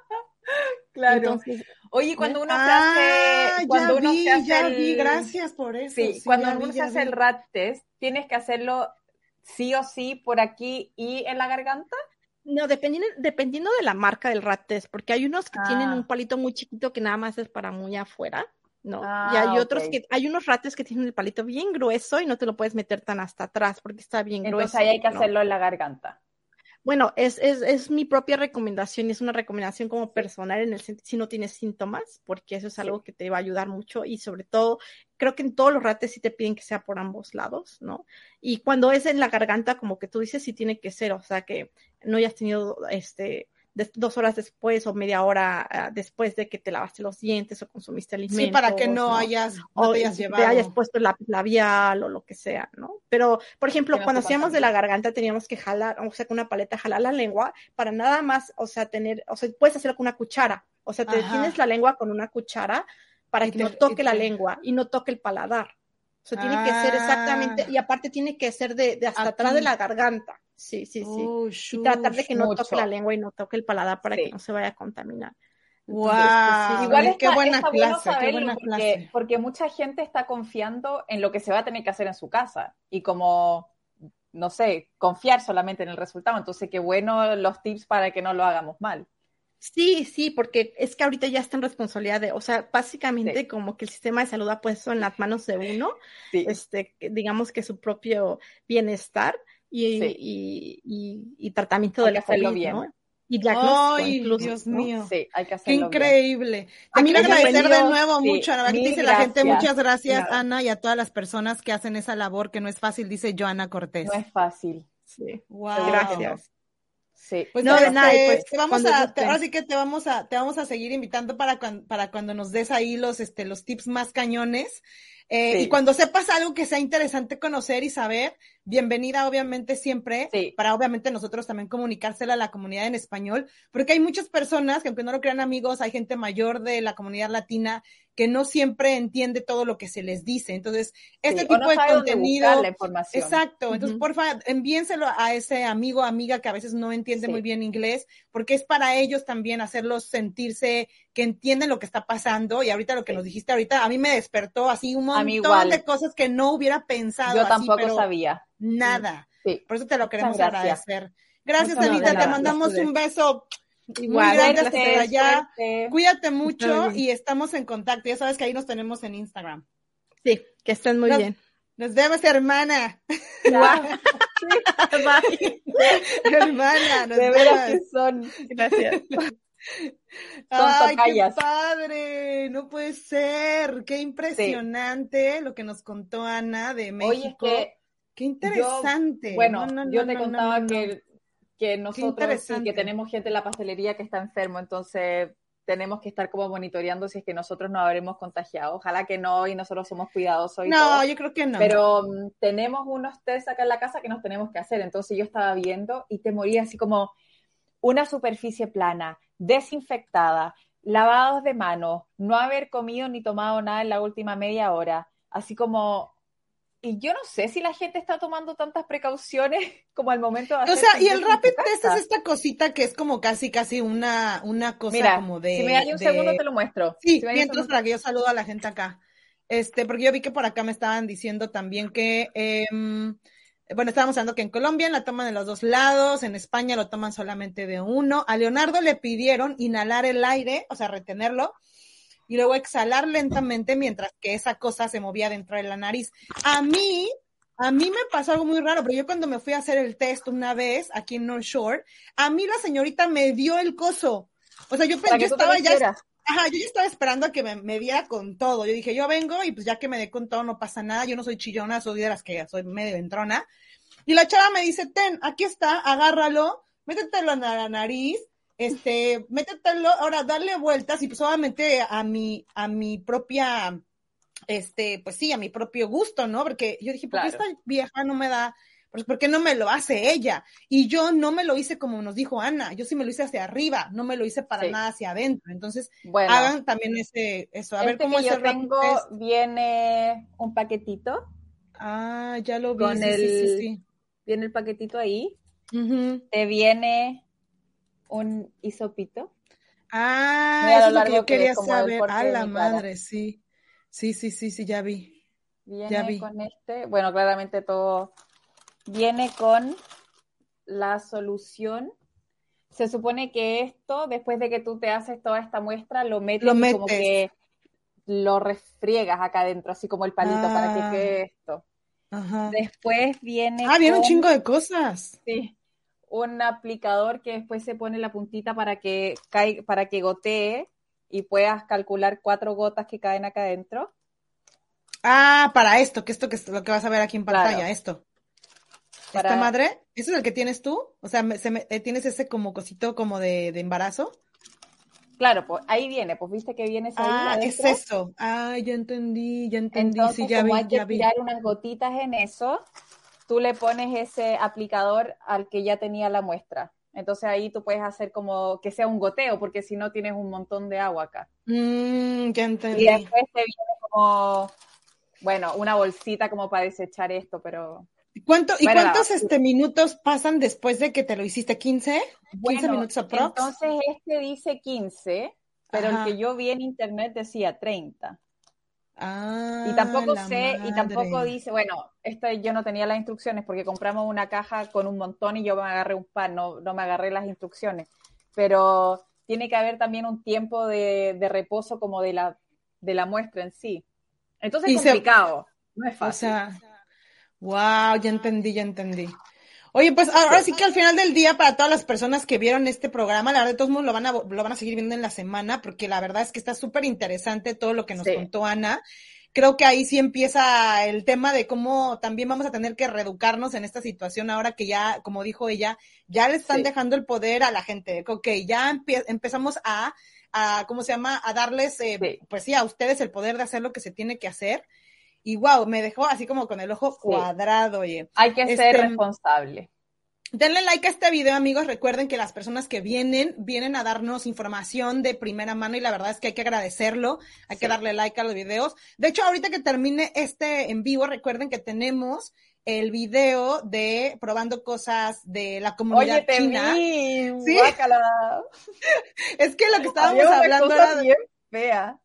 Claro. Entonces, Oye, cuando uno se Ah, hace, cuando ya uno vi, se hace ya el, vi, gracias por eso. sí, Sí, cuando ya uno vi, se ya hace vi. el R A T test, tienes que hacerlo sí o sí por aquí y en la garganta. no, dependiendo, dependiendo de la marca del R A T test, porque hay unos que Ah. tienen un palito muy chiquito que nada más es para muy afuera, ¿no? Ah, y hay otros ok. que, hay unos R A Ts que tienen el palito bien grueso y no te lo puedes meter tan hasta atrás porque está bien Entonces grueso. ahí hay que ¿no? hacerlo en la garganta. Bueno, es, es, es mi propia recomendación y es una recomendación como personal en el sentido si no tienes síntomas, porque eso es algo Sí. que te va a ayudar mucho y sobre todo, creo que en todos los R A Ts sí te piden que sea por ambos lados, ¿no? Y cuando es en la garganta, como que tú dices, sí tiene que ser, o sea, que no hayas tenido este de, dos horas después o media hora uh, después de que te lavaste los dientes o consumiste alimentos. Sí, para que no, ¿no? hayas, no o te hayas llevado. te hayas puesto el lápiz labial o lo que sea, ¿no? Pero, por ejemplo, cuando hacíamos de la garganta teníamos que jalar, o sea, con una paleta jalar la lengua para nada más, o sea, tener, o sea, puedes hacerlo con una cuchara, o sea, te detienes la lengua con una cuchara para y que te, no toque la te... lengua y no toque el paladar. O sea, tiene ah. que ser exactamente, y aparte tiene que ser de, de hasta Aquí. atrás de la garganta. Sí, sí, sí. Oh, shush, y tratar de que no mucho. toque la lengua y no toque el paladar para sí. que no se vaya a contaminar. Wow. Entonces, pues, sí, igual está, qué buena está clase, bueno saberlo qué buena porque, clase. porque mucha gente está confiando en lo que se va a tener que hacer en su casa y como, no sé, confiar solamente en el resultado. Entonces, qué bueno los tips para que no lo hagamos mal. Sí, sí, porque es que ahorita ya está en responsabilidad de, o sea, básicamente sí. como que el sistema de salud ha puesto en las manos de uno, sí. este, digamos que su propio bienestar y, sí. y, y, y tratamiento Hay de la hacerlo COVID, bien. ¿no? Y diagnóstico, Ay, incluso, Dios ¿no? mío. Sí, hay que hacerlo. Qué increíble. Bien. Te quiero agradecer de nuevo sí, mucho. A la verdad que dice gracias. la gente, muchas gracias, Nada. Ana, y a todas las personas que hacen esa labor que no es fácil, dice Joana Cortés. No es fácil. Sí. Wow. Gracias. Sí. Pues, no, este, de nada, pues, te vamos cuando a, te, ahora sí que te vamos a, te vamos a seguir invitando para cuando, para cuando nos des ahí los, este, los tips más cañones. Eh, sí. Y cuando sepas algo que sea interesante conocer y saber, bienvenida obviamente siempre, sí. Para obviamente nosotros también comunicársela a la comunidad en español, porque hay muchas personas que aunque no lo crean amigos, hay gente mayor de la comunidad latina que no siempre entiende todo lo que se les dice. Entonces, este sí, tipo no de sabe contenido. Dónde buscar la información. Exacto. Entonces, uh-huh. Porfa, envíenselo a ese amigo o amiga que a veces no entiende sí. muy bien inglés, porque es para ellos también hacerlos sentirse que entienden lo que está pasando. Y ahorita lo que sí. nos dijiste ahorita, a mí me despertó así un montón de cosas que no hubiera pensado. Yo tampoco así, pero sabía. Nada. Sí. Por eso te lo queremos gracias. agradecer. Gracias, Muchas Anita. Gracias. Te mandamos un beso. Igual, muy grande hasta suerte, allá. Suerte. Cuídate mucho y estamos en contacto. Ya sabes que ahí nos tenemos en Instagram. Sí, que estén muy nos, bien. Nos vemos, hermana. Bye. Hermana, nos de vemos. veras que son. Gracias. Ay, qué padre, no puede ser, qué impresionante sí. lo que nos contó Ana de México. Oye, es que qué interesante. Yo, bueno, no, no, yo no, te no, contaba no, no, que, que nosotros sí, que tenemos gente en la pastelería que está enfermo, entonces tenemos que estar como monitoreando si es que nosotros nos habremos contagiado. Ojalá que no, y nosotros somos cuidadosos y no, todo. yo creo que no. Pero um, tenemos unos test acá en la casa que nos tenemos que hacer, entonces yo estaba viendo y te moría así como una superficie plana, desinfectada, lavados de manos, no haber comido ni tomado nada en la última media hora, así como, y yo no sé si la gente está tomando tantas precauciones como al momento de hacer. O sea, y el rapid test es esta cosita que es como casi, casi una, una cosa Mira, como de... si me das un de... segundo te lo muestro. Sí, si mientras para que yo saludo a la gente acá. Este, porque yo vi que por acá me estaban diciendo también que... Eh, Bueno, estábamos hablando que en Colombia la toman de los dos lados, en España lo toman solamente de uno. A Leonardo le pidieron inhalar el aire, o sea, retenerlo, y luego exhalar lentamente mientras que esa cosa se movía dentro de la nariz. A mí, a mí me pasó algo muy raro, pero yo cuando me fui a hacer el test una vez aquí en North Shore, a mí la señorita me dio el coso. O sea, yo, yo estaba ya... Ajá, yo ya estaba esperando a que me, me diera con todo. Yo dije, yo vengo y pues ya que me dé con todo no pasa nada. Yo no soy chillona, soy de las que soy medio entrona. Y la chava me dice, ten, aquí está, agárralo, métetelo en la nariz, este, métetelo, ahora darle vueltas y pues obviamente a mi, a mi propia, este, pues sí, a mi propio gusto, ¿no? Porque yo dije, ¿por qué claro. esta vieja no me da... Pues, ¿por qué no me lo hace ella? Y yo no me lo hice como nos dijo Ana, yo sí me lo hice hacia arriba, no me lo hice para sí. nada hacia adentro. Entonces, bueno, hagan también ese eso. A este ver cómo que es yo el tengo, test. Viene un paquetito. Ah, ya lo vi. Con sí, el, sí, sí, sí. Viene el paquetito ahí. Uh-huh. Te viene un hisopito. Ah, Mira eso es lo que yo quería saber. A la madre, sí. Sí, sí, sí, sí, ya vi. Viene ya vi. con este, bueno, claramente todo... Viene con la solución. Se supone que esto, después de que tú te haces toda esta muestra, lo metes, lo metes. Y como que lo refriegas acá adentro, así como el palito ah. para que quede esto. Ajá. Después viene Ah, viene con, un chingo de cosas. Sí, un aplicador que después se pone la puntita para que caiga, para que gotee y puedas calcular cuatro gotas que caen acá adentro. Ah, para esto, que esto que es lo que vas a ver aquí en pantalla, claro. esto. Para... ¿Esta madre? ¿Eso es el que tienes tú? O sea, se me, ¿tienes ese como cosito como de, de embarazo? Claro, pues ahí viene, pues viste que vienes ahí Ah, adentro? es eso. Ah, ya entendí, ya entendí. Entonces, sí, ya como vi, hay que ya tirar vi. unas gotitas en eso, tú le pones ese aplicador al que ya tenía la muestra. Entonces ahí tú puedes hacer como que sea un goteo, porque si no tienes un montón de agua acá. Mm, ya entendí. Y después te viene como, bueno, una bolsita como para desechar esto, pero... ¿Cuánto, ¿Y bueno, cuántos la... este, minutos pasan después de que te lo hiciste? ¿quince? Bueno, ¿quince minutos aprox? Entonces este dice quince, pero Ajá. el que yo vi en internet decía treinta. Ah, y tampoco sé, madre. y tampoco dice, bueno, esto yo no tenía las instrucciones porque compramos una caja con un montón y yo me agarré un par, no, no me agarré las instrucciones, pero tiene que haber también un tiempo de, de reposo como de la, de la muestra en sí. Entonces es complicado, se, no es fácil. O sea, wow, ya entendí, ya entendí. Oye, pues ahora sí que al final del día, para todas las personas que vieron este programa, la verdad de todos modos lo van a, lo van a seguir viendo en la semana, porque la verdad es que está súper interesante todo lo que nos sí. contó Ana. Creo que ahí sí empieza el tema de cómo también vamos a tener que reeducarnos en esta situación ahora que ya, como dijo ella, ya le están sí. dejando el poder a la gente. Ok, ya empie- empezamos a, a, ¿cómo se llama? A darles, eh, sí. pues sí, a ustedes el poder de hacer lo que se tiene que hacer. Y wow, me dejó así como con el ojo sí. cuadrado, oye. Hay que este, ser responsable. Denle like a este video, amigos. Recuerden que las personas que vienen, vienen a darnos información de primera mano y la verdad es que hay que agradecerlo. Hay sí. que darle like a los videos. De hecho, ahorita que termine este en vivo, recuerden que tenemos el video de probando cosas de la comunidad Oye, te china. Vi, ¿sí? Guácala. Es que lo que estábamos Había hablando era de... bien fea.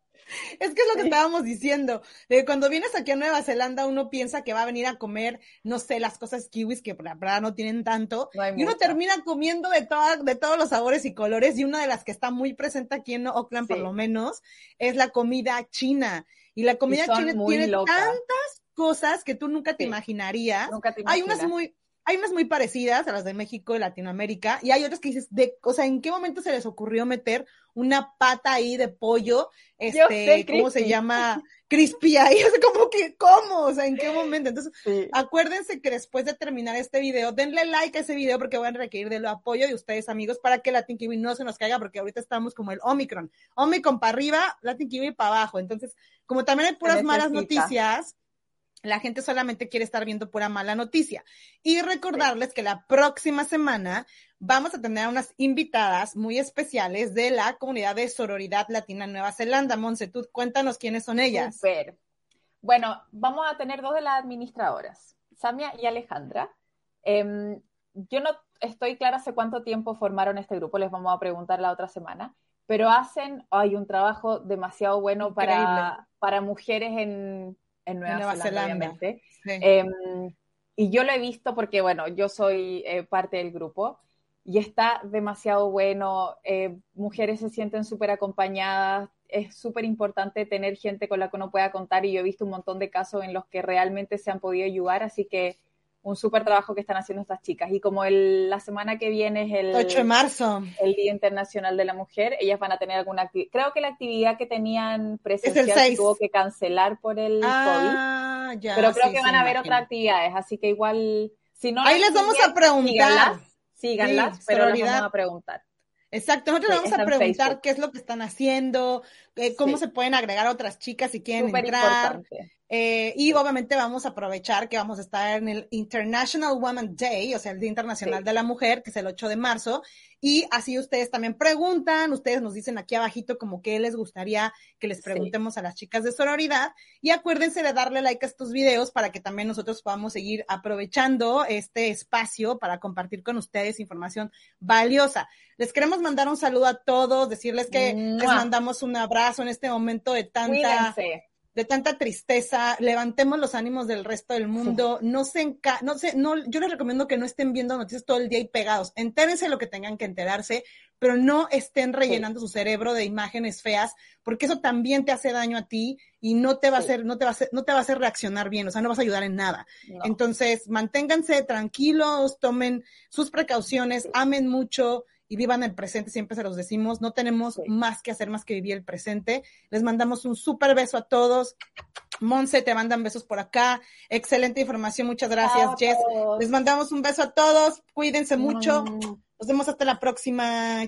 Es que es lo que sí. estábamos diciendo. Eh, cuando vienes aquí a Nueva Zelanda, uno piensa que va a venir a comer, no sé, las cosas kiwis, que la verdad no tienen tanto. No y uno mucha. termina comiendo de, toda, de todos los sabores y colores. Y una de las que está muy presente aquí en Auckland, sí. por lo menos, es la comida china. Y la comida y china tiene loca. tantas cosas que tú nunca te sí. imaginarías. Nunca te imaginas. Hay unas muy... Hay unas muy parecidas a las de México y Latinoamérica, y hay otras que dices, de, o sea, ¿en qué momento se les ocurrió meter una pata ahí de pollo, este, sé, ¿cómo se llama? Crispy ahí, o sea, como que, ¿cómo? O sea, ¿en qué momento? Entonces, sí. acuérdense que después de terminar este video, denle like a ese video porque van a requerir del apoyo de ustedes, amigos, para que Latin Kiwi no se nos caiga, porque ahorita estamos como el Omicron. Omicron para arriba, Latin Kiwi para abajo. Entonces, como también hay puras malas noticias, la gente solamente quiere estar viendo pura mala noticia. Y recordarles sí. que la próxima semana vamos a tener unas invitadas muy especiales de la comunidad de sororidad latina en Nueva Zelanda. Monse, tú cuéntanos quiénes son ellas. Super. Bueno, vamos a tener dos de las administradoras, Samia y Alejandra. Eh, yo no estoy clara hace cuánto tiempo formaron este grupo, les vamos a preguntar la otra semana, pero hacen hay un trabajo demasiado bueno para, para mujeres en... en Nueva, Nueva Zelanda, Zelanda, obviamente. Sí. Eh, y yo lo he visto porque, bueno, yo soy eh, parte del grupo y está demasiado bueno. Eh, mujeres se sienten súper acompañadas. Es súper importante tener gente con la que uno pueda contar y yo he visto un montón de casos en los que realmente se han podido ayudar, así que un súper trabajo que están haciendo estas chicas. Y como el, la semana que viene es el ocho de marzo, el Día Internacional de la Mujer, ellas van a tener alguna actividad. Creo que la actividad que tenían presencial se tuvo que cancelar por el ah, COVID, ya, pero creo sí, que van a haber otras actividades, así que igual, si no ahí les vamos a preguntar. Síganlas, síganlas sí, pero les vamos a preguntar. Exacto, nosotros sí, vamos a preguntar qué es lo que están haciendo, eh, cómo sí. se pueden agregar otras chicas si quieren Súper entrar. Importante. Eh, y obviamente vamos a aprovechar que vamos a estar en el International Women's Day, o sea, el Día Internacional sí. de la Mujer, que es el ocho de marzo, y así ustedes también preguntan, ustedes nos dicen aquí abajito como qué les gustaría que les preguntemos sí. a las chicas de sororidad, y acuérdense de darle like a estos videos para que también nosotros podamos seguir aprovechando este espacio para compartir con ustedes información valiosa. Les queremos mandar un saludo a todos, decirles que ¡mua! Les mandamos un abrazo en este momento de tanta... Cuídense. de tanta tristeza, levantemos los ánimos del resto del mundo, sí. no se enca- no se, no, yo les recomiendo que no estén viendo noticias todo el día y pegados, entérense de lo que tengan que enterarse, pero no estén rellenando sí. su cerebro de imágenes feas, porque eso también te hace daño a ti y no te va sí. a hacer, no te va a hacer, no te va a hacer reaccionar bien, o sea, no vas a ayudar en nada. No. Entonces, manténganse tranquilos, tomen sus precauciones, sí. amen mucho, y vivan el presente, siempre se los decimos, no tenemos sí. más que hacer más que vivir el presente. Les mandamos un súper beso a todos. Monse, te mandan besos por acá. Excelente información, muchas gracias, Chao, Jess. Les mandamos un beso a todos, cuídense mucho. Mm. Nos vemos hasta la próxima.